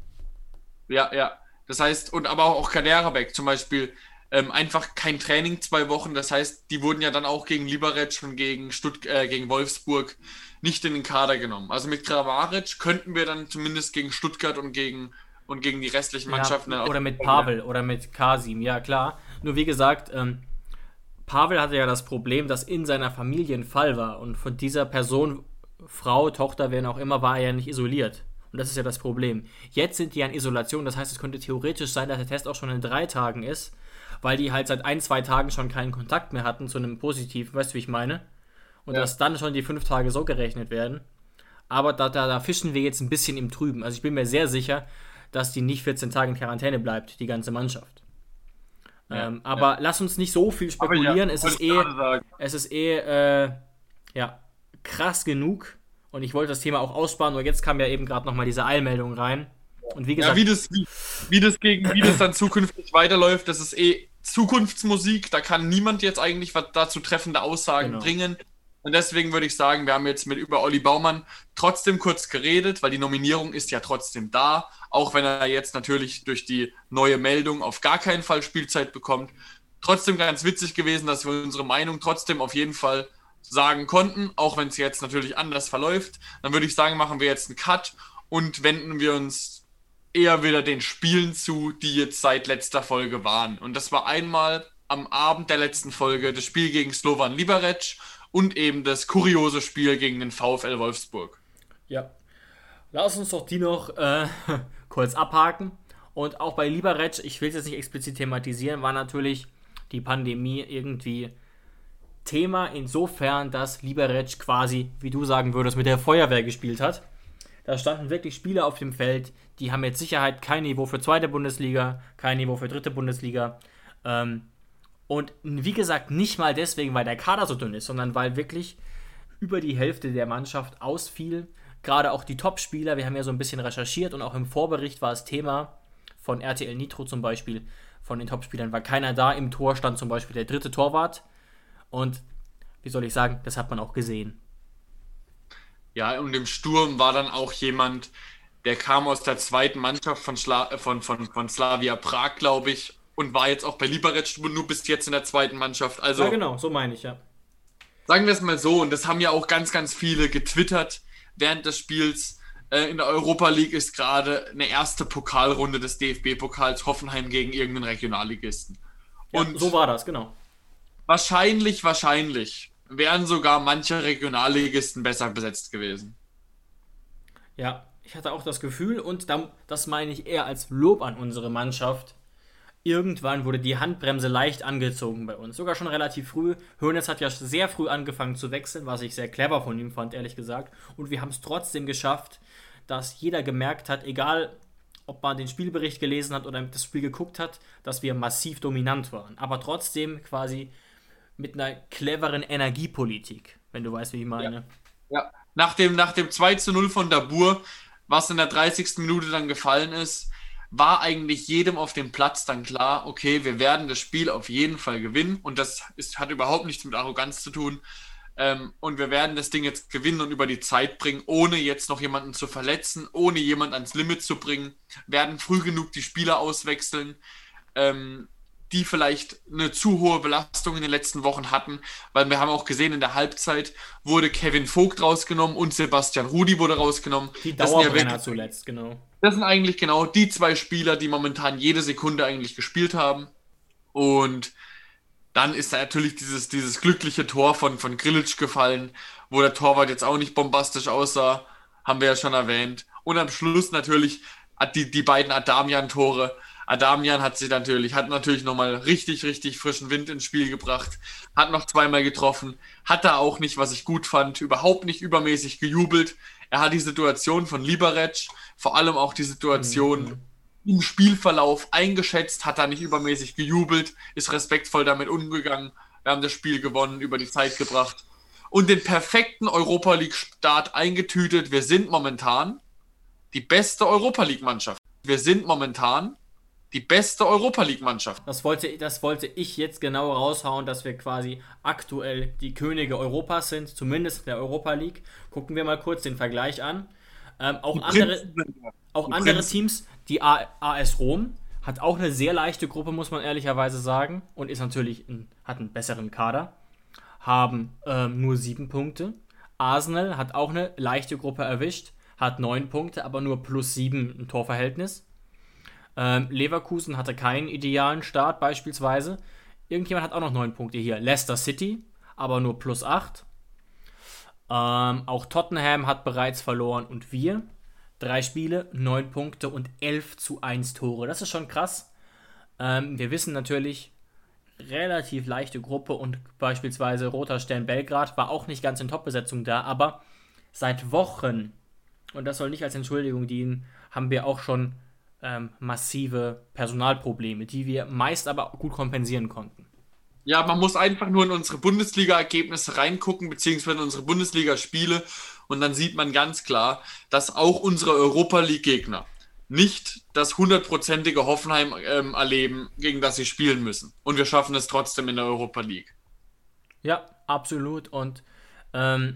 Ja, ja. Das heißt, und aber auch Kaderabek zum Beispiel, ähm, einfach kein Training zwei Wochen. Das heißt, die wurden ja dann auch gegen Liberec und gegen, Stutt äh, gegen Wolfsburg nicht in den Kader genommen. Also mit Kramaric könnten wir dann zumindest gegen Stuttgart und gegen, und gegen die restlichen Mannschaften... Ja, oder mit Pavel oder mit Kasim, ja klar. Nur wie gesagt, ähm, Pavel hatte ja das Problem, dass in seiner Familie ein Fall war und von dieser Person, Frau, Tochter, wer auch immer, war er ja nicht isoliert. Und das ist ja das Problem. Jetzt sind die ja in Isolation, das heißt, es könnte theoretisch sein, dass der Test auch schon in drei Tagen ist, weil die halt seit ein, zwei Tagen schon keinen Kontakt mehr hatten zu einem positiven, weißt du, wie ich meine? Und ja. Dass dann schon die fünf Tage so gerechnet werden. Aber da, da, da fischen wir jetzt ein bisschen im Trüben. Also ich bin mir sehr sicher, dass die nicht vierzehn Tage in Quarantäne bleibt, die ganze Mannschaft. Ja, ähm, aber ja. Lass uns nicht so viel spekulieren. Ja, es, ist eh, es ist eh äh, ja, krass genug. Und ich wollte das Thema auch aussparen, nur jetzt kam ja eben gerade nochmal diese Eilmeldung rein. Und wie gesagt, ja, wie das, wie, wie das gegen, wie das dann zukünftig weiterläuft, das ist eh Zukunftsmusik. Da kann niemand jetzt eigentlich was dazu treffende Aussagen genau. bringen. Und deswegen würde ich sagen, wir haben jetzt mit über Olli Baumann trotzdem kurz geredet, weil die Nominierung ist ja trotzdem da, auch wenn er jetzt natürlich durch die neue Meldung auf gar keinen Fall Spielzeit bekommt. Trotzdem ganz witzig gewesen, dass wir unsere Meinung trotzdem auf jeden Fall sagen konnten, auch wenn es jetzt natürlich anders verläuft. Dann würde ich sagen, machen wir jetzt einen Cut und wenden wir uns eher wieder den Spielen zu, die jetzt seit letzter Folge waren. Und das war einmal am Abend der letzten Folge das Spiel gegen Slovan Liberec und eben das kuriose Spiel gegen den VfL Wolfsburg. Ja, lass uns doch die noch äh, kurz abhaken. Und auch bei Liberec, ich will es jetzt nicht explizit thematisieren, war natürlich die Pandemie irgendwie Thema insofern, dass Liberec quasi, wie du sagen würdest, mit der Feuerwehr gespielt hat. Da standen wirklich Spieler auf dem Feld, die haben mit Sicherheit kein Niveau für zweite Bundesliga, kein Niveau für dritte Bundesliga. Ähm, und wie gesagt, nicht mal deswegen, weil der Kader so dünn ist, sondern weil wirklich über die Hälfte der Mannschaft ausfiel. Gerade auch die Top-Spieler, wir haben ja so ein bisschen recherchiert und auch im Vorbericht war es Thema von R T L Nitro zum Beispiel, von den Top-Spielern war keiner da. Im Tor stand zum Beispiel der dritte Torwart. Und wie soll ich sagen, das hat man auch gesehen. Ja, und im Sturm war dann auch jemand, der kam aus der zweiten Mannschaft von, Schla- von, von, von Slavia Prag, glaube ich, und war jetzt auch bei Liberec nur bis jetzt in der zweiten Mannschaft. Also, ja, genau, so meine ich, ja. Sagen wir es mal so, und das haben ja auch ganz, ganz viele getwittert während des Spiels. Äh, in der Europa League ist gerade eine erste Pokalrunde des D F B-Pokals Hoffenheim gegen irgendeinen Regionalligisten. Und ja, so war das, genau. Wahrscheinlich, wahrscheinlich wären sogar manche Regionalligisten besser besetzt gewesen. Ja, ich hatte auch das Gefühl, und das meine ich eher als Lob an unsere Mannschaft, irgendwann wurde die Handbremse leicht angezogen bei uns. Sogar schon relativ früh. Hoeneß hat ja sehr früh angefangen zu wechseln, was ich sehr clever von ihm fand, ehrlich gesagt. Und wir haben es trotzdem geschafft, dass jeder gemerkt hat, egal ob man den Spielbericht gelesen hat oder das Spiel geguckt hat, dass wir massiv dominant waren. Aber trotzdem quasi mit einer cleveren Energiepolitik, wenn du weißt, wie ich meine. Ja, ja. Nach dem, nach dem zwei zu null von Dabur, was in der dreißigsten Minute dann gefallen ist, war eigentlich jedem auf dem Platz dann klar, okay, wir werden das Spiel auf jeden Fall gewinnen und das ist, hat überhaupt nichts mit Arroganz zu tun ähm, und wir werden das Ding jetzt gewinnen und über die Zeit bringen, ohne jetzt noch jemanden zu verletzen, ohne jemanden ans Limit zu bringen, werden früh genug die Spieler auswechseln, ähm, die vielleicht eine zu hohe Belastung in den letzten Wochen hatten, weil wir haben auch gesehen, in der Halbzeit wurde Kevin Vogt rausgenommen und Sebastian Rudi wurde rausgenommen. Die Dauerbrenner ja zuletzt, genau. Das sind eigentlich genau die zwei Spieler, die momentan jede Sekunde eigentlich gespielt haben. Und dann ist da natürlich dieses, dieses glückliche Tor von, von Grilic gefallen, wo der Torwart jetzt auch nicht bombastisch aussah, haben wir ja schon erwähnt. Und am Schluss natürlich die, die beiden Adamian-Tore. Adamian hat sich natürlich, hat natürlich nochmal richtig, richtig frischen Wind ins Spiel gebracht, hat noch zweimal getroffen, hat da auch nicht, was ich gut fand, überhaupt nicht übermäßig gejubelt. Er hat die Situation von Liberec, vor allem auch die Situation mhm. im Spielverlauf eingeschätzt, hat da nicht übermäßig gejubelt, ist respektvoll damit umgegangen. Wir haben das Spiel gewonnen, über die Zeit gebracht und den perfekten Europa League-Start eingetütet. Wir sind momentan die beste Europa League-Mannschaft. Wir sind momentan die beste Europa League-Mannschaft. Das wollte, das wollte ich jetzt genau raushauen, dass wir quasi aktuell die Könige Europas sind, zumindest in der Europa League. Gucken wir mal kurz den Vergleich an. Ähm, auch die andere, auch andere Teams, die A S Rom, hat auch eine sehr leichte Gruppe, muss man ehrlicherweise sagen, und ist natürlich ein, hat einen besseren Kader, haben ähm, nur sieben Punkte. Arsenal hat auch eine leichte Gruppe erwischt, hat neun Punkte, aber nur plus sieben im Torverhältnis. Ähm, Leverkusen hatte keinen idealen Start beispielsweise. Irgendjemand hat auch noch neun Punkte hier. Leicester City, aber nur plus acht. Ähm, auch Tottenham hat bereits verloren und wir. Drei Spiele, neun Punkte und elf zu eins Tore. Das ist schon krass. Ähm, wir wissen natürlich, relativ leichte Gruppe und beispielsweise Roter Stern Belgrad war auch nicht ganz in Top-Besetzung da, aber seit Wochen, und das soll nicht als Entschuldigung dienen, haben wir auch schon Ähm, massive Personalprobleme, die wir meist aber gut kompensieren konnten. Ja, man muss einfach nur in unsere Bundesliga-Ergebnisse reingucken, beziehungsweise in unsere Bundesliga-Spiele und dann sieht man ganz klar, dass auch unsere Europa-League-Gegner nicht das hundertprozentige Hoffenheim ähm, erleben, gegen das sie spielen müssen. Und wir schaffen es trotzdem in der Europa League. Ja, absolut. Und ähm,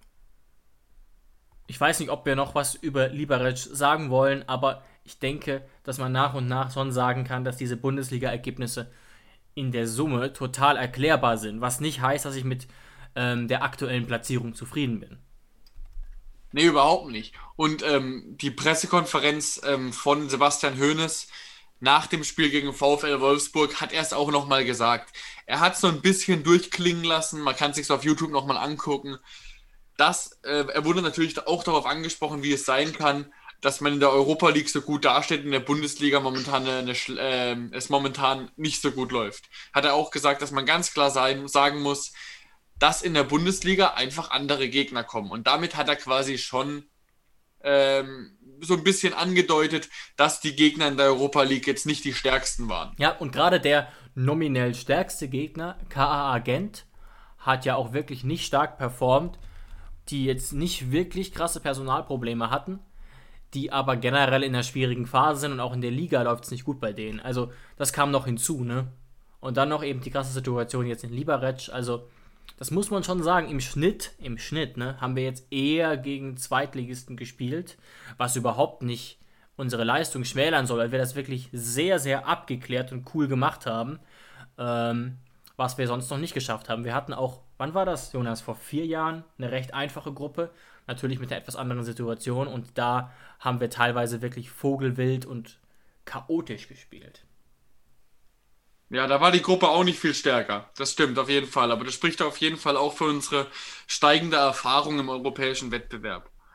ich weiß nicht, ob wir noch was über Liberec sagen wollen, aber ich denke, dass man nach und nach schon sagen kann, dass diese Bundesliga-Ergebnisse in der Summe total erklärbar sind, was nicht heißt, dass ich mit ähm, der aktuellen Platzierung zufrieden bin. Nee, überhaupt nicht. Und ähm, die Pressekonferenz ähm, von Sebastian Hoeneß nach dem Spiel gegen VfL Wolfsburg hat er es auch nochmal gesagt. Er hat es so ein bisschen durchklingen lassen, man kann es sich auf YouTube nochmal angucken. Das, äh, er wurde natürlich auch darauf angesprochen, wie es sein kann, dass man in der Europa League so gut dasteht, in der Bundesliga momentan eine, äh, es momentan nicht so gut läuft. Hat er auch gesagt, dass man ganz klar sein, sagen muss, dass in der Bundesliga einfach andere Gegner kommen. Und damit hat er quasi schon ähm, so ein bisschen angedeutet, dass die Gegner in der Europa League jetzt nicht die stärksten waren. Ja, und gerade der nominell stärkste Gegner, K A A Gent, hat ja auch wirklich nicht stark performt, die jetzt nicht wirklich krasse Personalprobleme hatten, die aber generell in einer schwierigen Phase sind und auch in der Liga läuft es nicht gut bei denen. Also das kam noch hinzu, ne? Und dann noch eben die krasse Situation jetzt in Liberec. Also das muss man schon sagen, im Schnitt, im Schnitt, ne, haben wir jetzt eher gegen Zweitligisten gespielt, was überhaupt nicht unsere Leistung schmälern soll, weil wir das wirklich sehr, sehr abgeklärt und cool gemacht haben, ähm, was wir sonst noch nicht geschafft haben. Wir hatten auch, wann war das, Jonas, vor vier Jahren eine recht einfache Gruppe, natürlich mit einer etwas anderen Situation und da haben wir teilweise wirklich vogelwild und chaotisch gespielt. Ja, da war die Gruppe auch nicht viel stärker. Das stimmt auf jeden Fall. Aber das spricht auf jeden Fall auch für unsere steigende Erfahrung im europäischen Wettbewerb.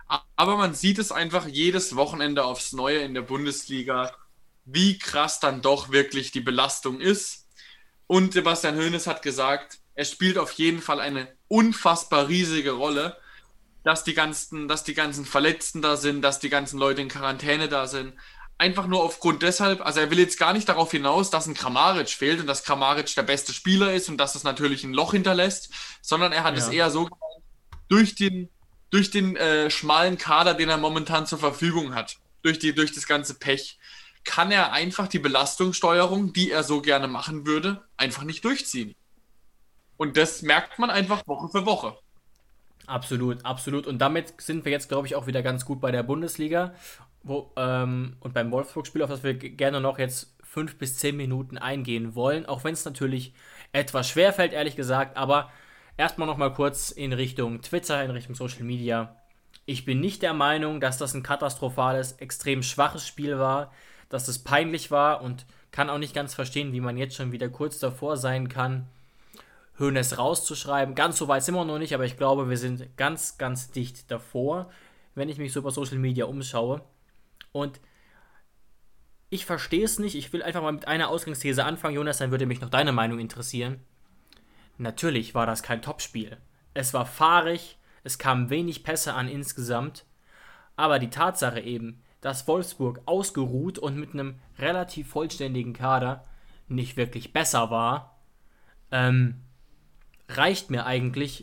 Aber man sieht es einfach jedes Wochenende aufs Neue in der Bundesliga, wie krass dann doch wirklich die Belastung ist. Und Sebastian Hoeneß hat gesagt, es spielt auf jeden Fall eine unfassbar riesige Rolle, dass die ganzen, dass die ganzen Verletzten da sind, dass die ganzen Leute in Quarantäne da sind. Einfach nur aufgrund deshalb, also er will jetzt gar nicht darauf hinaus, dass ein Kramaric fehlt und dass Kramaric der beste Spieler ist und dass es natürlich ein Loch hinterlässt, sondern er hat ja. es eher so gemeint, durch den, durch den äh, schmalen Kader, den er momentan zur Verfügung hat, durch, die, durch das ganze Pech, kann er einfach die Belastungssteuerung, die er so gerne machen würde, einfach nicht durchziehen. Und das merkt man einfach Woche für Woche. Absolut, absolut. Und damit sind wir jetzt, glaube ich, auch wieder ganz gut bei der Bundesliga. Wo, ähm, und beim Wolfsburg-Spiel, auf das wir g- gerne noch jetzt fünf bis zehn Minuten eingehen wollen, auch wenn es natürlich etwas schwer fällt, ehrlich gesagt, aber erstmal noch mal kurz in Richtung Twitter, in Richtung Social Media. Ich bin nicht der Meinung, dass das ein katastrophales, extrem schwaches Spiel war, dass es peinlich war und kann auch nicht ganz verstehen, wie man jetzt schon wieder kurz davor sein kann, Hoeneß rauszuschreiben. Ganz so weit sind wir noch nicht, aber ich glaube, wir sind ganz, ganz dicht davor, wenn ich mich so über Social Media umschaue. Und ich verstehe es nicht. Ich will einfach mal mit einer Ausgangsthese anfangen, Jonas, dann würde mich noch deine Meinung interessieren. Natürlich war das kein Topspiel. Es war fahrig, es kamen wenig Pässe an insgesamt, aber die Tatsache eben, dass Wolfsburg ausgeruht und mit einem relativ vollständigen Kader nicht wirklich besser war, ähm, reicht mir eigentlich,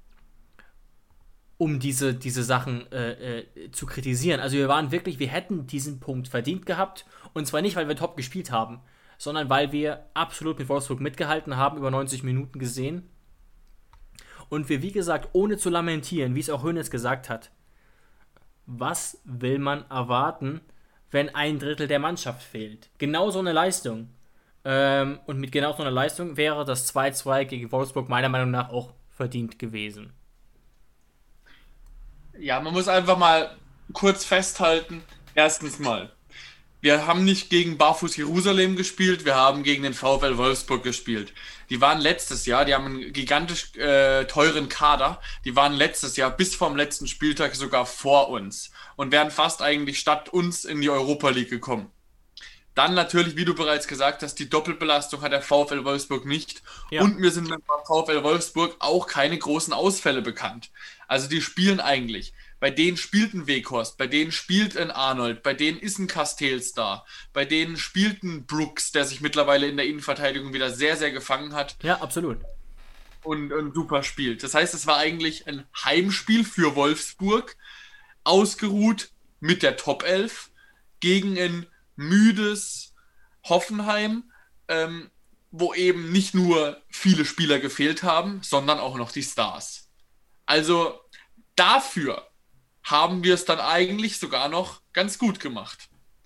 um diese, diese Sachen äh, äh, zu kritisieren. Also wir waren wirklich, wir hätten diesen Punkt verdient gehabt. Und zwar nicht, weil wir top gespielt haben, sondern weil wir absolut mit Wolfsburg mitgehalten haben, über neunzig Minuten gesehen. Und wir, wie gesagt, ohne zu lamentieren, wie es auch Hoeneß gesagt hat, was will man erwarten, wenn ein Drittel der Mannschaft fehlt? Genau so eine Leistung. Ähm, und mit genau so einer Leistung wäre das zwei zwei gegen Wolfsburg meiner Meinung nach auch verdient gewesen. Ja, man muss einfach mal kurz festhalten, erstens mal, wir haben nicht gegen Barfuß Jerusalem gespielt, wir haben gegen den VfL Wolfsburg gespielt. Die waren letztes Jahr, die haben einen gigantisch äh, teuren Kader, die waren letztes Jahr bis vom letzten Spieltag sogar vor uns und wären fast eigentlich statt uns in die Europa League gekommen. Dann natürlich, wie du bereits gesagt hast, die Doppelbelastung hat der VfL Wolfsburg nicht. Ja. Und mir sind beim VfL Wolfsburg auch keine großen Ausfälle bekannt. Also die spielen eigentlich. Bei denen spielt ein Weghorst, bei denen spielt ein Arnold, bei denen ist ein Castells da, bei denen spielt ein Brooks, der sich mittlerweile in der Innenverteidigung wieder sehr, sehr gefangen hat. Ja, absolut. Und, und super spielt. Das heißt, es war eigentlich ein Heimspiel für Wolfsburg, ausgeruht mit der Top elf gegen ein müdes Hoffenheim, ähm, wo eben nicht nur viele Spieler gefehlt haben, sondern auch noch die Stars. Also dafür haben wir es dann eigentlich sogar noch ganz gut gemacht.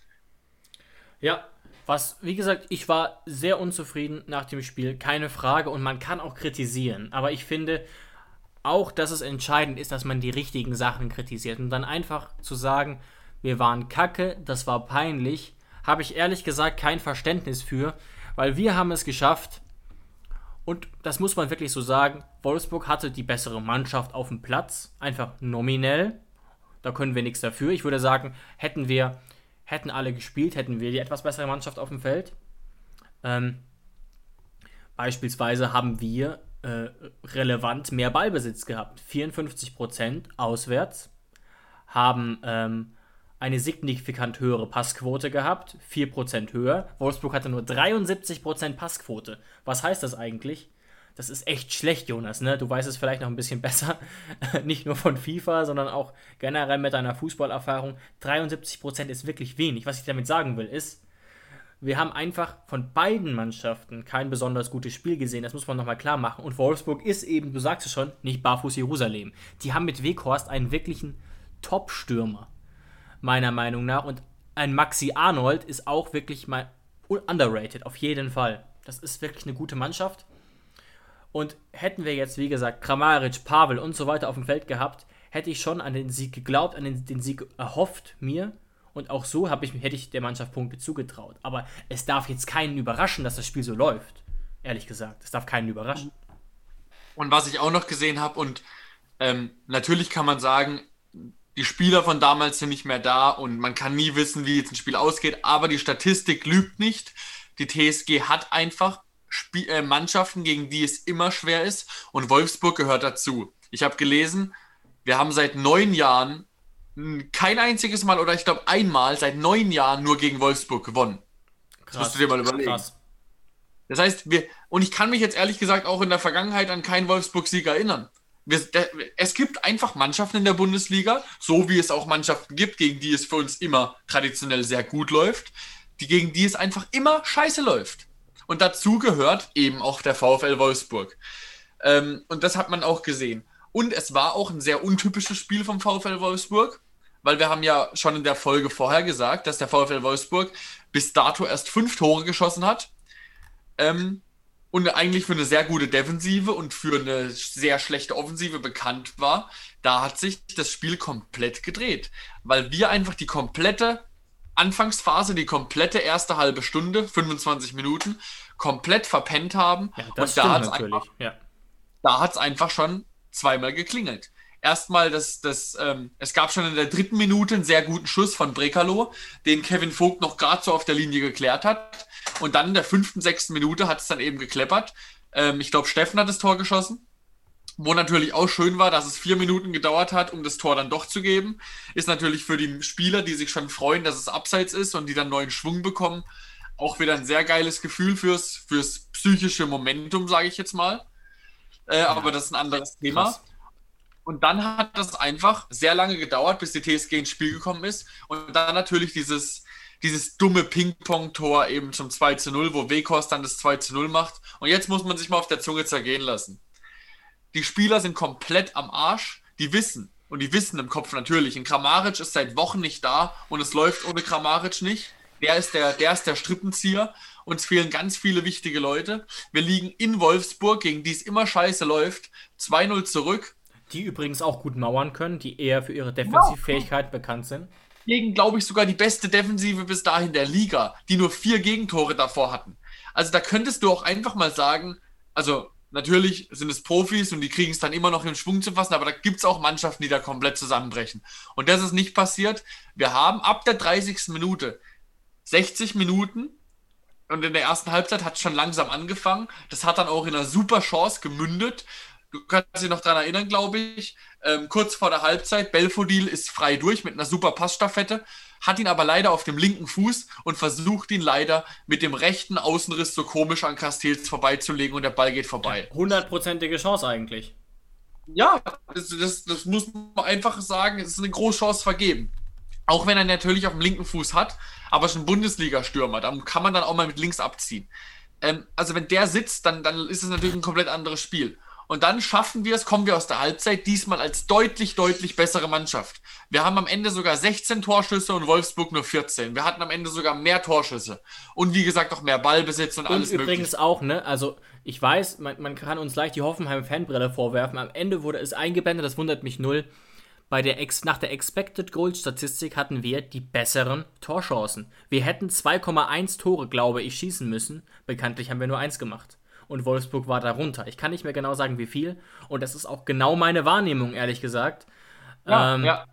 Ja, was, wie gesagt, ich war sehr unzufrieden nach dem Spiel, keine Frage, und man kann auch kritisieren, aber ich finde auch, dass es entscheidend ist, dass man die richtigen Sachen kritisiert und dann einfach zu sagen, wir waren kacke, das war peinlich, habe ich ehrlich gesagt kein Verständnis für, weil wir haben es geschafft, und das muss man wirklich so sagen, Wolfsburg hatte die bessere Mannschaft auf dem Platz, einfach nominell, da können wir nichts dafür. Ich würde sagen, hätten wir, hätten alle gespielt, hätten wir die etwas bessere Mannschaft auf dem Feld. Ähm, beispielsweise haben wir äh, relevant mehr Ballbesitz gehabt, vierundfünfzig Prozent auswärts, haben ähm, eine signifikant höhere Passquote gehabt, vier Prozent höher. Wolfsburg hatte nur dreiundsiebzig Prozent Passquote. Was heißt das eigentlich? Das ist echt schlecht, Jonas, ne? Du weißt es vielleicht noch ein bisschen besser. Nicht nur von FIFA, sondern auch generell mit deiner Fußballerfahrung. dreiundsiebzig Prozent ist wirklich wenig. Was ich damit sagen will, ist, wir haben einfach von beiden Mannschaften kein besonders gutes Spiel gesehen. Das muss man nochmal klar machen. Und Wolfsburg ist eben, du sagst es schon, nicht Barfuß Jerusalem. Die haben mit Weghorst einen wirklichen Top-Stürmer, meiner Meinung nach. Und ein Maxi Arnold ist auch wirklich mal underrated, auf jeden Fall. Das ist wirklich eine gute Mannschaft. Und hätten wir jetzt, wie gesagt, Kramaric, Pavel und so weiter auf dem Feld gehabt, hätte ich schon an den Sieg geglaubt, an den, den Sieg erhofft mir. Und auch so habe ich, hätte ich der Mannschaft Punkte zugetraut. Aber es darf jetzt keinen überraschen, dass das Spiel so läuft. Ehrlich gesagt, es darf keinen überraschen. Und was ich auch noch gesehen habe, und ähm, natürlich kann man sagen, die Spieler von damals sind nicht mehr da und man kann nie wissen, wie jetzt ein Spiel ausgeht, aber die Statistik lügt nicht. Die T S G hat einfach Spie- äh, Mannschaften, gegen die es immer schwer ist und Wolfsburg gehört dazu. Ich habe gelesen, wir haben seit neun Jahren kein einziges Mal oder ich glaube einmal seit neun Jahren nur gegen Wolfsburg gewonnen. Das Krass, musst du dir mal überlegen. Krass. Das heißt, wir, und ich kann mich jetzt ehrlich gesagt auch in der Vergangenheit an keinen Wolfsburg-Sieg erinnern. Wir, der, es gibt einfach Mannschaften in der Bundesliga, so wie es auch Mannschaften gibt, gegen die es für uns immer traditionell sehr gut läuft, die gegen die es einfach immer scheiße läuft. Und dazu gehört eben auch der VfL Wolfsburg. Ähm, und das hat man auch gesehen. Und es war auch ein sehr untypisches Spiel vom VfL Wolfsburg, weil wir haben ja schon in der Folge vorher gesagt, dass der VfL Wolfsburg bis dato erst fünf Tore geschossen hat. Ähm, und eigentlich für eine sehr gute Defensive und für eine sehr schlechte Offensive bekannt war. Da hat sich das Spiel komplett gedreht, weil wir einfach die komplette Anfangsphase, die komplette erste halbe Stunde, fünfundzwanzig Minuten, komplett verpennt haben. Ja, das und da hat es natürlich. einfach, Ja. da hat's einfach schon zweimal geklingelt. Erstmal, das, das, ähm, es gab schon in der dritten Minute einen sehr guten Schuss von Brekalo, den Kevin Vogt noch gerade so auf der Linie geklärt hat. Und dann in der fünften, sechsten Minute hat es dann eben gekleppert. Ähm, ich glaube, Steffen hat das Tor geschossen. Wo natürlich auch schön war, dass es vier Minuten gedauert hat, um das Tor dann doch zu geben. Ist natürlich für die Spieler, die sich schon freuen, dass es abseits ist und die dann neuen Schwung bekommen, auch wieder ein sehr geiles Gefühl fürs, fürs psychische Momentum, sage ich jetzt mal. Äh, ja. Aber das ist ein anderes Thema. Krass. Und dann hat das einfach sehr lange gedauert, bis die T S G ins Spiel gekommen ist. Und dann natürlich dieses, dieses dumme Ping-Pong-Tor eben zum zwei zu null, wo Weghorst dann das zwei zu null macht. Und jetzt muss man sich mal auf der Zunge zergehen lassen. Die Spieler sind komplett am Arsch. Die wissen, und die wissen im Kopf natürlich, ein Kramaric ist seit Wochen nicht da und es läuft ohne Kramaric nicht. Der ist der, der ist der Strippenzieher. Uns fehlen ganz viele wichtige Leute. Wir liegen in Wolfsburg, gegen die es immer scheiße läuft, zwei null zurück. Die übrigens auch gut mauern können, die eher für ihre Defensivfähigkeit bekannt sind. Gegen, glaube ich, sogar die beste Defensive bis dahin der Liga, die nur vier Gegentore davor hatten. Also da könntest du auch einfach mal sagen, also natürlich sind es Profis und die kriegen es dann immer noch in Schwung zu fassen, aber da gibt es auch Mannschaften, die da komplett zusammenbrechen. Und das ist nicht passiert. Wir haben ab der dreißigsten Minute sechzig Minuten und in der ersten Halbzeit hat es schon langsam angefangen. Das hat dann auch in einer super Chance gemündet. Du kannst dich noch daran erinnern, glaube ich, ähm, kurz vor der Halbzeit, Belfodil ist frei durch mit einer super Passstaffette, hat ihn aber leider auf dem linken Fuß und versucht ihn leider mit dem rechten Außenriss so komisch an Castells vorbeizulegen und der Ball geht vorbei. Hundertprozentige Chance eigentlich. Ja, das, das, das muss man einfach sagen, es ist eine große Chance vergeben. Auch wenn er natürlich auf dem linken Fuß hat, aber es ist ein Bundesliga-Stürmer, da kann man dann auch mal mit links abziehen. Ähm, also wenn der sitzt, dann, dann ist es natürlich ein komplett anderes Spiel. Und dann schaffen wir es, kommen wir aus der Halbzeit diesmal als deutlich, deutlich bessere Mannschaft. Wir haben am Ende sogar sechzehn Torschüsse und Wolfsburg nur vierzehn. Wir hatten am Ende sogar mehr Torschüsse. Und wie gesagt auch mehr Ballbesitz und, und alles mögliche. Und übrigens auch, ne, also ich weiß, man, man kann uns leicht die Hoffenheim-Fanbrille vorwerfen. Am Ende wurde es eingeblendet, das wundert mich null. Bei der Ex- nach der Expected Goal-Statistik hatten wir die besseren Torchancen. Wir hätten zwei Komma eins Tore, glaube ich, schießen müssen. Bekanntlich haben wir nur eins gemacht. Und Wolfsburg war darunter. Ich kann nicht mehr genau sagen, wie viel. Und das ist auch genau meine Wahrnehmung, ehrlich gesagt. Ja, ähm, ja.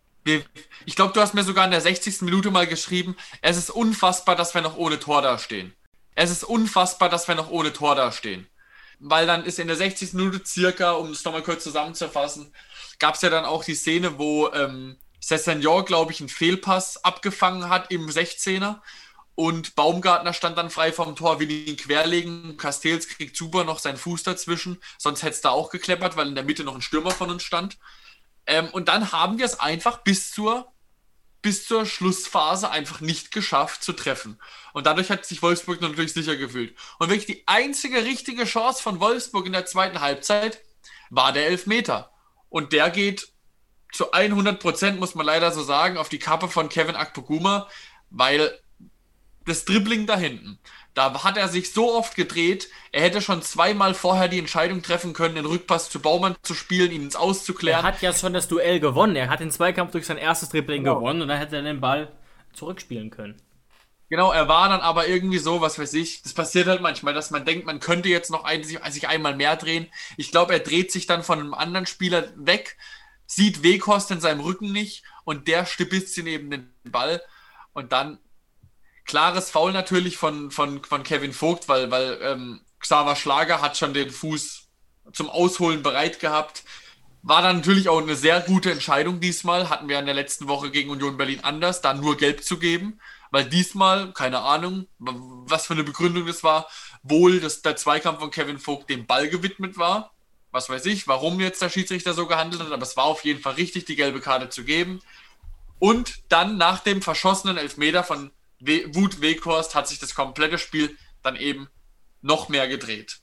Ich glaube, du hast mir sogar in der sechzigsten Minute mal geschrieben, es ist unfassbar, dass wir noch ohne Tor dastehen. Es ist unfassbar, dass wir noch ohne Tor dastehen. Weil dann ist in der sechzigsten Minute circa, um es nochmal kurz zusammenzufassen, gab es ja dann auch die Szene, wo ähm, Sessegnon, glaube ich, einen Fehlpass abgefangen hat im sechzehner. Und Baumgartner stand dann frei vom Tor, will ihn querlegen. Castells kriegt super noch seinen Fuß dazwischen. Sonst hätte es da auch gekleppert, weil in der Mitte noch ein Stürmer von uns stand. Ähm, und dann haben wir es einfach bis zur, bis zur Schlussphase einfach nicht geschafft zu treffen. Und dadurch hat sich Wolfsburg natürlich sicher gefühlt. Und wirklich die einzige richtige Chance von Wolfsburg in der zweiten Halbzeit war der Elfmeter. Und der geht zu hundert Prozent, muss man leider so sagen, auf die Kappe von Kevin Akpoguma, weil das Dribbling da hinten, da hat er sich so oft gedreht, er hätte schon zweimal vorher die Entscheidung treffen können, den Rückpass zu Baumann zu spielen, ihn ins Aus zu klären. Er hat ja schon das Duell gewonnen, er hat den Zweikampf durch sein erstes Dribbling genau. gewonnen und dann hätte er den Ball zurückspielen können. Genau, er war dann aber irgendwie so, was weiß ich, das passiert halt manchmal, dass man denkt, man könnte jetzt noch ein, sich, sich einmal mehr drehen. Ich glaube, er dreht sich dann von einem anderen Spieler weg, sieht Weghorst in seinem Rücken nicht und der stibitzt ihn eben den Ball und dann klares Foul natürlich von, von, von Kevin Vogt, weil, weil ähm, Xaver Schlager hat schon den Fuß zum Ausholen bereit gehabt. War dann natürlich auch eine sehr gute Entscheidung diesmal. Hatten wir in der letzten Woche gegen Union Berlin anders, da nur gelb zu geben. Weil diesmal, keine Ahnung, was für eine Begründung das war, wohl dass der Zweikampf von Kevin Vogt dem Ball gewidmet war. Was weiß ich, warum jetzt der Schiedsrichter so gehandelt hat, aber es war auf jeden Fall richtig, die gelbe Karte zu geben. Und dann nach dem verschossenen Elfmeter von We- Wout Weghorst hat sich das komplette Spiel dann eben noch mehr gedreht.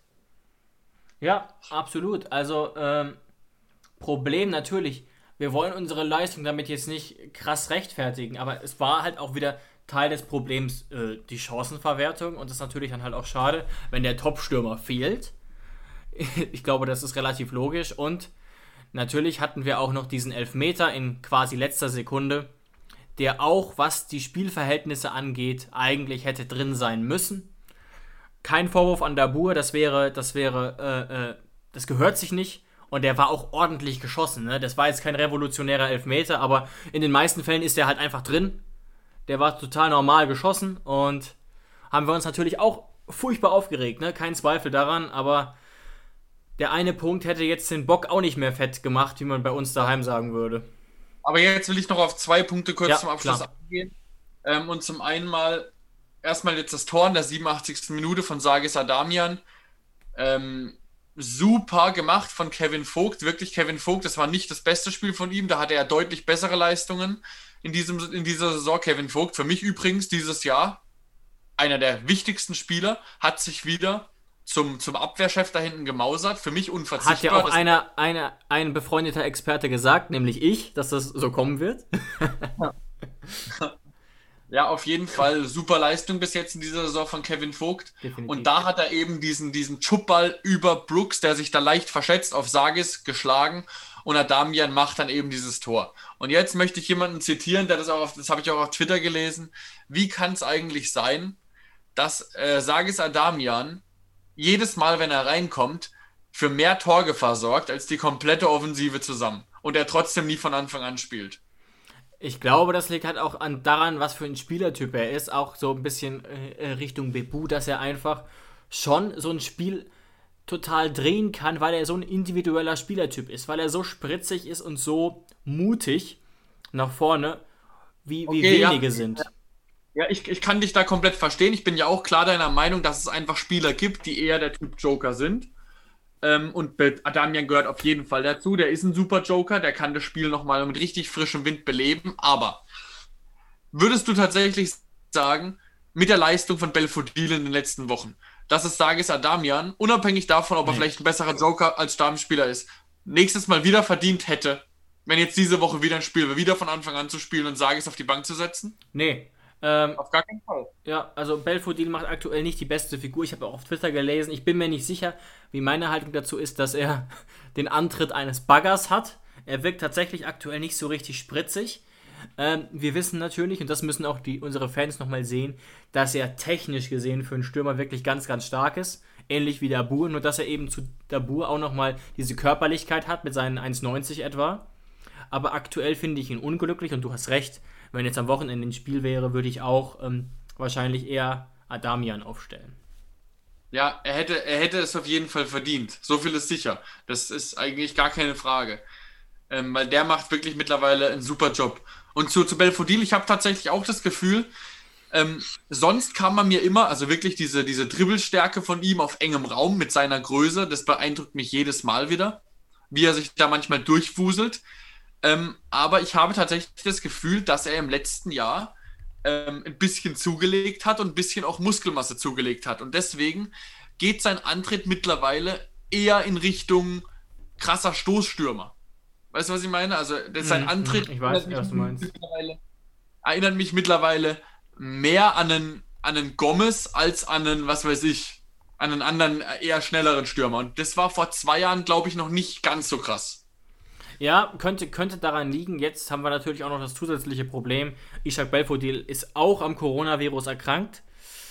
Ja, absolut. Also, ähm, Problem natürlich, wir wollen unsere Leistung damit jetzt nicht krass rechtfertigen, aber es war halt auch wieder Teil des Problems äh, die Chancenverwertung und das ist natürlich dann halt auch schade, wenn der Top-Stürmer fehlt. Ich glaube, das ist relativ logisch und natürlich hatten wir auch noch diesen Elfmeter in quasi letzter Sekunde, der auch, was die Spielverhältnisse angeht, eigentlich hätte drin sein müssen. Kein Vorwurf an Dabur, das wäre, das wäre, äh, äh, das gehört sich nicht. Und der war auch ordentlich geschossen, ne? Das war jetzt kein revolutionärer Elfmeter, aber in den meisten Fällen ist der halt einfach drin. Der war total normal geschossen und haben wir uns natürlich auch furchtbar aufgeregt, ne? Kein Zweifel daran, aber der eine Punkt hätte jetzt den Bock auch nicht mehr fett gemacht, wie man bei uns daheim sagen würde. Aber jetzt will ich noch auf zwei Punkte kurz Ja, zum Abschluss klar. eingehen. Ähm, und zum einen mal erstmal jetzt das Tor in der siebenundachtzigsten Minute von Sagis Adamian. Ähm, super gemacht von Kevin Vogt. Wirklich Kevin Vogt, das war nicht das beste Spiel von ihm. Da hatte er deutlich bessere Leistungen in, diesem, in dieser Saison. Kevin Vogt, für mich übrigens dieses Jahr einer der wichtigsten Spieler, hat sich wieder zum, zum Abwehrchef da hinten gemausert. Für mich unverzichtbar. Hat ja auch Das- einer, einer, ein befreundeter Experte gesagt, nämlich ich, dass das so kommen wird. Ja, auf jeden Fall super Leistung bis jetzt in dieser Saison von Kevin Vogt. Definitiv. Und da hat er eben diesen, diesen Chupball über Brooks, der sich da leicht verschätzt, auf Sagis geschlagen. Und Adamian macht dann eben dieses Tor. Und jetzt möchte ich jemanden zitieren, der das auch auf, das habe ich auch auf Twitter gelesen. Wie kann es eigentlich sein, dass äh, Sagis Adamian jedes Mal, wenn er reinkommt, für mehr Torgefahr sorgt als die komplette Offensive zusammen und er trotzdem nie von Anfang an spielt? Ich glaube, das liegt halt auch an, daran, was für ein Spielertyp er ist. Auch so ein bisschen äh, Richtung Bebu, dass er einfach schon so ein Spiel total drehen kann, weil er so ein individueller Spielertyp ist. Weil er so spritzig ist und so mutig nach vorne, wie, wie Okay, ja. wenige sind. Ja, ich, ich kann dich da komplett verstehen. Ich bin ja auch klar deiner Meinung, dass es einfach Spieler gibt, die eher der Typ Joker sind. Ähm, und Be- Adamian gehört auf jeden Fall dazu. Der ist ein super Joker, der kann das Spiel nochmal mit richtig frischem Wind beleben. Aber würdest du tatsächlich sagen, mit der Leistung von Belfodil in den letzten Wochen, dass es Sagis Adamian, unabhängig davon, ob er Nee. vielleicht ein besserer Joker als Stammspieler ist, nächstes Mal wieder verdient hätte, wenn jetzt diese Woche wieder ein Spiel wäre, wieder von Anfang an zu spielen und Sagis auf die Bank zu setzen? Nee. Ähm, Auf gar keinen Fall. Ja, also Belfodil macht aktuell nicht die beste Figur. Ich habe auch auf Twitter gelesen. Ich bin mir nicht sicher, wie meine Haltung dazu ist, dass er den Antritt eines Baggers hat. Er wirkt tatsächlich aktuell nicht so richtig spritzig. Ähm, wir wissen natürlich, und das müssen auch die, unsere Fans nochmal sehen, dass er technisch gesehen für einen Stürmer wirklich ganz, ganz stark ist. Ähnlich wie Dabur, nur dass er eben zu Dabur auch nochmal diese Körperlichkeit hat mit seinen eins neunzig etwa. Aber aktuell finde ich ihn unglücklich und du hast recht, wenn jetzt am Wochenende ein Spiel wäre, würde ich auch ähm, wahrscheinlich eher Adamian aufstellen. Ja, er hätte, er hätte es auf jeden Fall verdient. So viel ist sicher. Das ist eigentlich gar keine Frage. Ähm, weil der macht wirklich mittlerweile einen super Job. Und zu, zu Belfodil, ich habe tatsächlich auch das Gefühl, ähm, sonst kam man mir immer, also wirklich diese, diese Dribbelstärke von ihm auf engem Raum mit seiner Größe, das beeindruckt mich jedes Mal wieder, wie er sich da manchmal durchwuselt. Ähm, aber ich habe tatsächlich das Gefühl, dass er im letzten Jahr ähm, ein bisschen zugelegt hat und ein bisschen auch Muskelmasse zugelegt hat. Und deswegen geht sein Antritt mittlerweile eher in Richtung krasser Stoßstürmer. Weißt du, was ich meine? Also das, sein Mhm, Antritt ich weiß, erinnert was du mich meinst. mittlerweile- erinnert mich mittlerweile mehr an einen, an einen Gomez als an einen, was weiß ich, an einen anderen, äh, eher schnelleren Stürmer. Und das war vor zwei Jahren, glaube ich, noch nicht ganz so krass. Ja, könnte, könnte daran liegen. Jetzt haben wir natürlich auch noch das zusätzliche Problem. Ishak Belfodil ist auch am Coronavirus erkrankt.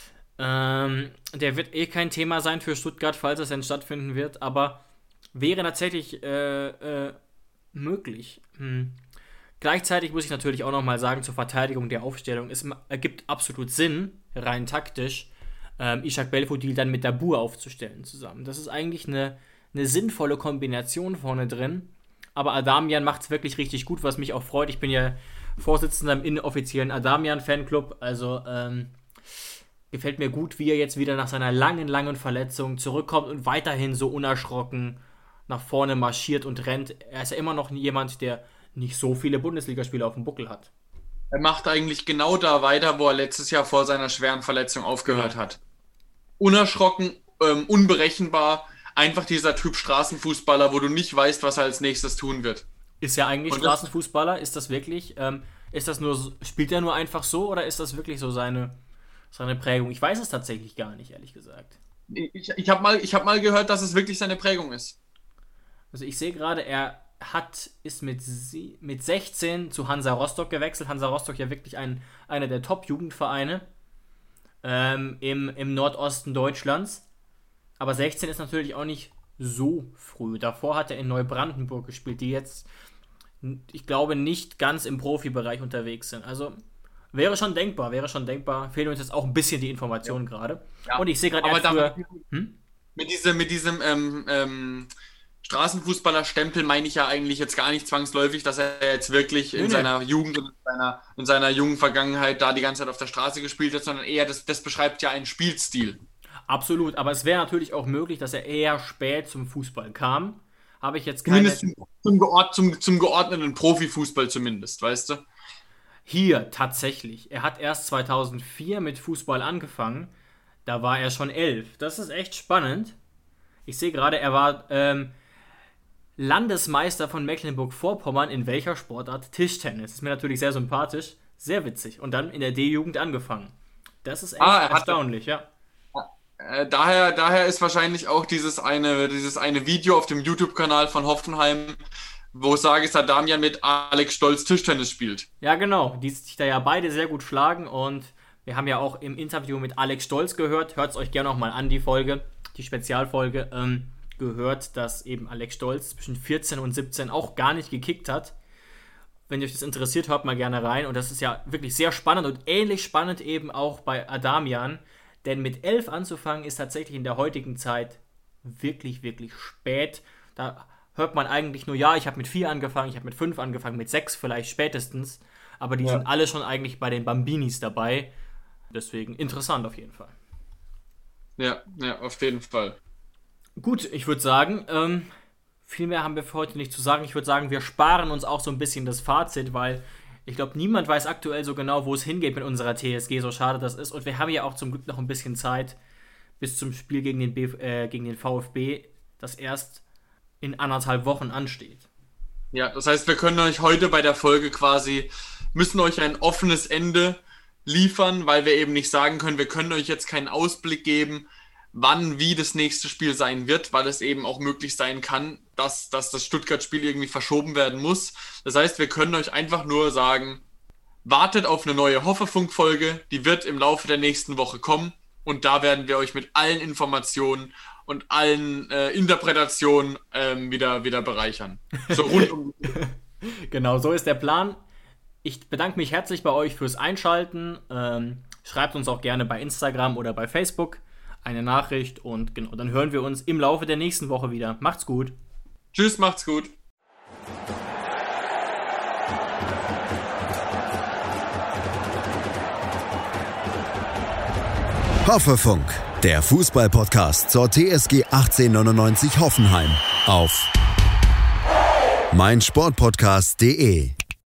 Ähm, der wird eh kein Thema sein für Stuttgart, falls es denn stattfinden wird. Aber wäre tatsächlich äh, äh, möglich. Hm. Gleichzeitig muss ich natürlich auch nochmal sagen, zur Verteidigung der Aufstellung, es ergibt absolut Sinn, rein taktisch, ähm, Ishak Belfodil dann mit Dabur aufzustellen zusammen. Das ist eigentlich eine, eine sinnvolle Kombination vorne drin. Aber Adamian macht es wirklich richtig gut, was mich auch freut. Ich bin ja Vorsitzender im inoffiziellen Adamian-Fanclub, also ähm, gefällt mir gut, wie er jetzt wieder nach seiner langen, langen Verletzung zurückkommt und weiterhin so unerschrocken nach vorne marschiert und rennt. Er ist ja immer noch jemand, der nicht so viele Bundesligaspiele auf dem Buckel hat. Er macht eigentlich genau da weiter, wo er letztes Jahr vor seiner schweren Verletzung aufgehört ja. hat. Unerschrocken, ähm, unberechenbar, einfach dieser Typ Straßenfußballer, wo du nicht weißt, was er als nächstes tun wird. Ist ja eigentlich und Straßenfußballer, ist das wirklich, ähm, ist das nur, spielt er nur einfach so oder ist das wirklich so seine, seine Prägung? Ich weiß es tatsächlich gar nicht, ehrlich gesagt. Ich, ich habe mal, ich hab mal gehört, dass es wirklich seine Prägung ist. Also ich sehe gerade, er hat, ist mit, mit sechzehn zu Hansa Rostock gewechselt. Hansa Rostock ja wirklich ein, einer der Top-Jugendvereine ähm, im, im Nordosten Deutschlands. Aber sechzehn ist natürlich auch nicht so früh. Davor hat er in Neubrandenburg gespielt, die jetzt, ich glaube, nicht ganz im Profibereich unterwegs sind. Also wäre schon denkbar, wäre schon denkbar. Fehlen uns jetzt auch ein bisschen die Informationen ja. gerade. Ja. Und ich sehe gerade, er früher, hm? mit diesem, mit diesem ähm, ähm, Straßenfußballer-Stempel meine ich ja eigentlich jetzt gar nicht zwangsläufig, dass er jetzt wirklich in nee, seiner nee. Jugend und in seiner, in seiner jungen Vergangenheit da die ganze Zeit auf der Straße gespielt hat, sondern eher, das, das beschreibt ja einen Spielstil. Absolut, aber es wäre natürlich auch möglich, dass er eher spät zum Fußball kam. Habe ich jetzt keine... Zumindest zum, geord, zum, zum geordneten Profifußball zumindest, weißt du? Hier, tatsächlich. Er hat erst zweitausendvier mit Fußball angefangen. Da war er schon elf. Das ist echt spannend. Ich sehe gerade, er war ähm, Landesmeister von Mecklenburg-Vorpommern. In welcher Sportart? Tischtennis. Ist mir natürlich sehr sympathisch. Sehr witzig. Und dann in der D-Jugend angefangen. Das ist echt ah, erstaunlich, hatte, ja. Äh, daher, daher ist wahrscheinlich auch dieses eine, dieses eine Video auf dem YouTube-Kanal von Hoffenheim, wo Sagis Adamian mit Alex Stolz Tischtennis spielt. Ja, genau. Die sich da ja beide sehr gut schlagen. Und wir haben ja auch im Interview mit Alex Stolz gehört. Hört es euch gerne nochmal an, die Folge. Die Spezialfolge, ähm, gehört, dass eben Alex Stolz zwischen vierzehn und siebzehn auch gar nicht gekickt hat. Wenn euch das interessiert, hört mal gerne rein. Und das ist ja wirklich sehr spannend und ähnlich spannend eben auch bei Adamian. Denn mit elf anzufangen ist tatsächlich in der heutigen Zeit wirklich, wirklich spät. Da hört man eigentlich nur, ja, ich habe mit vier angefangen, ich habe mit fünf angefangen, mit sechs vielleicht spätestens. Aber die ja. sind alle schon eigentlich bei den Bambinis dabei. Deswegen interessant auf jeden Fall. Ja, ja, auf jeden Fall. Gut, ich würde sagen, ähm, viel mehr haben wir für heute nicht zu sagen. Ich würde sagen, wir sparen uns auch so ein bisschen das Fazit, weil ich glaube, niemand weiß aktuell so genau, wo es hingeht mit unserer T S G, so schade das ist. Und wir haben ja auch zum Glück noch ein bisschen Zeit bis zum Spiel gegen den, B- äh, gegen den VfB, das erst in anderthalb Wochen ansteht. Ja, das heißt, wir können euch heute bei der Folge quasi, müssen euch ein offenes Ende liefern, weil wir eben nicht sagen können, wir können euch jetzt keinen Ausblick geben, wann, wie das nächste Spiel sein wird, weil es eben auch möglich sein kann, dass, dass das Stuttgart-Spiel irgendwie verschoben werden muss. Das heißt, wir können euch einfach nur sagen, wartet auf eine neue Hoffefunk-Folge, die wird im Laufe der nächsten Woche kommen und da werden wir euch mit allen Informationen und allen äh, Interpretationen ähm, wieder, wieder bereichern. So rund um Genau, so ist der Plan. Ich bedanke mich herzlich bei euch fürs Einschalten. Ähm, schreibt uns auch gerne bei Instagram oder bei Facebook eine Nachricht und genau, dann hören wir uns im Laufe der nächsten Woche wieder. Macht's gut. Tschüss, macht's gut. Hoffefunk, der Fußball-Podcast zur T S G achtzehnhundertneunundneunzig Hoffenheim auf meinsportpodcast punkt de.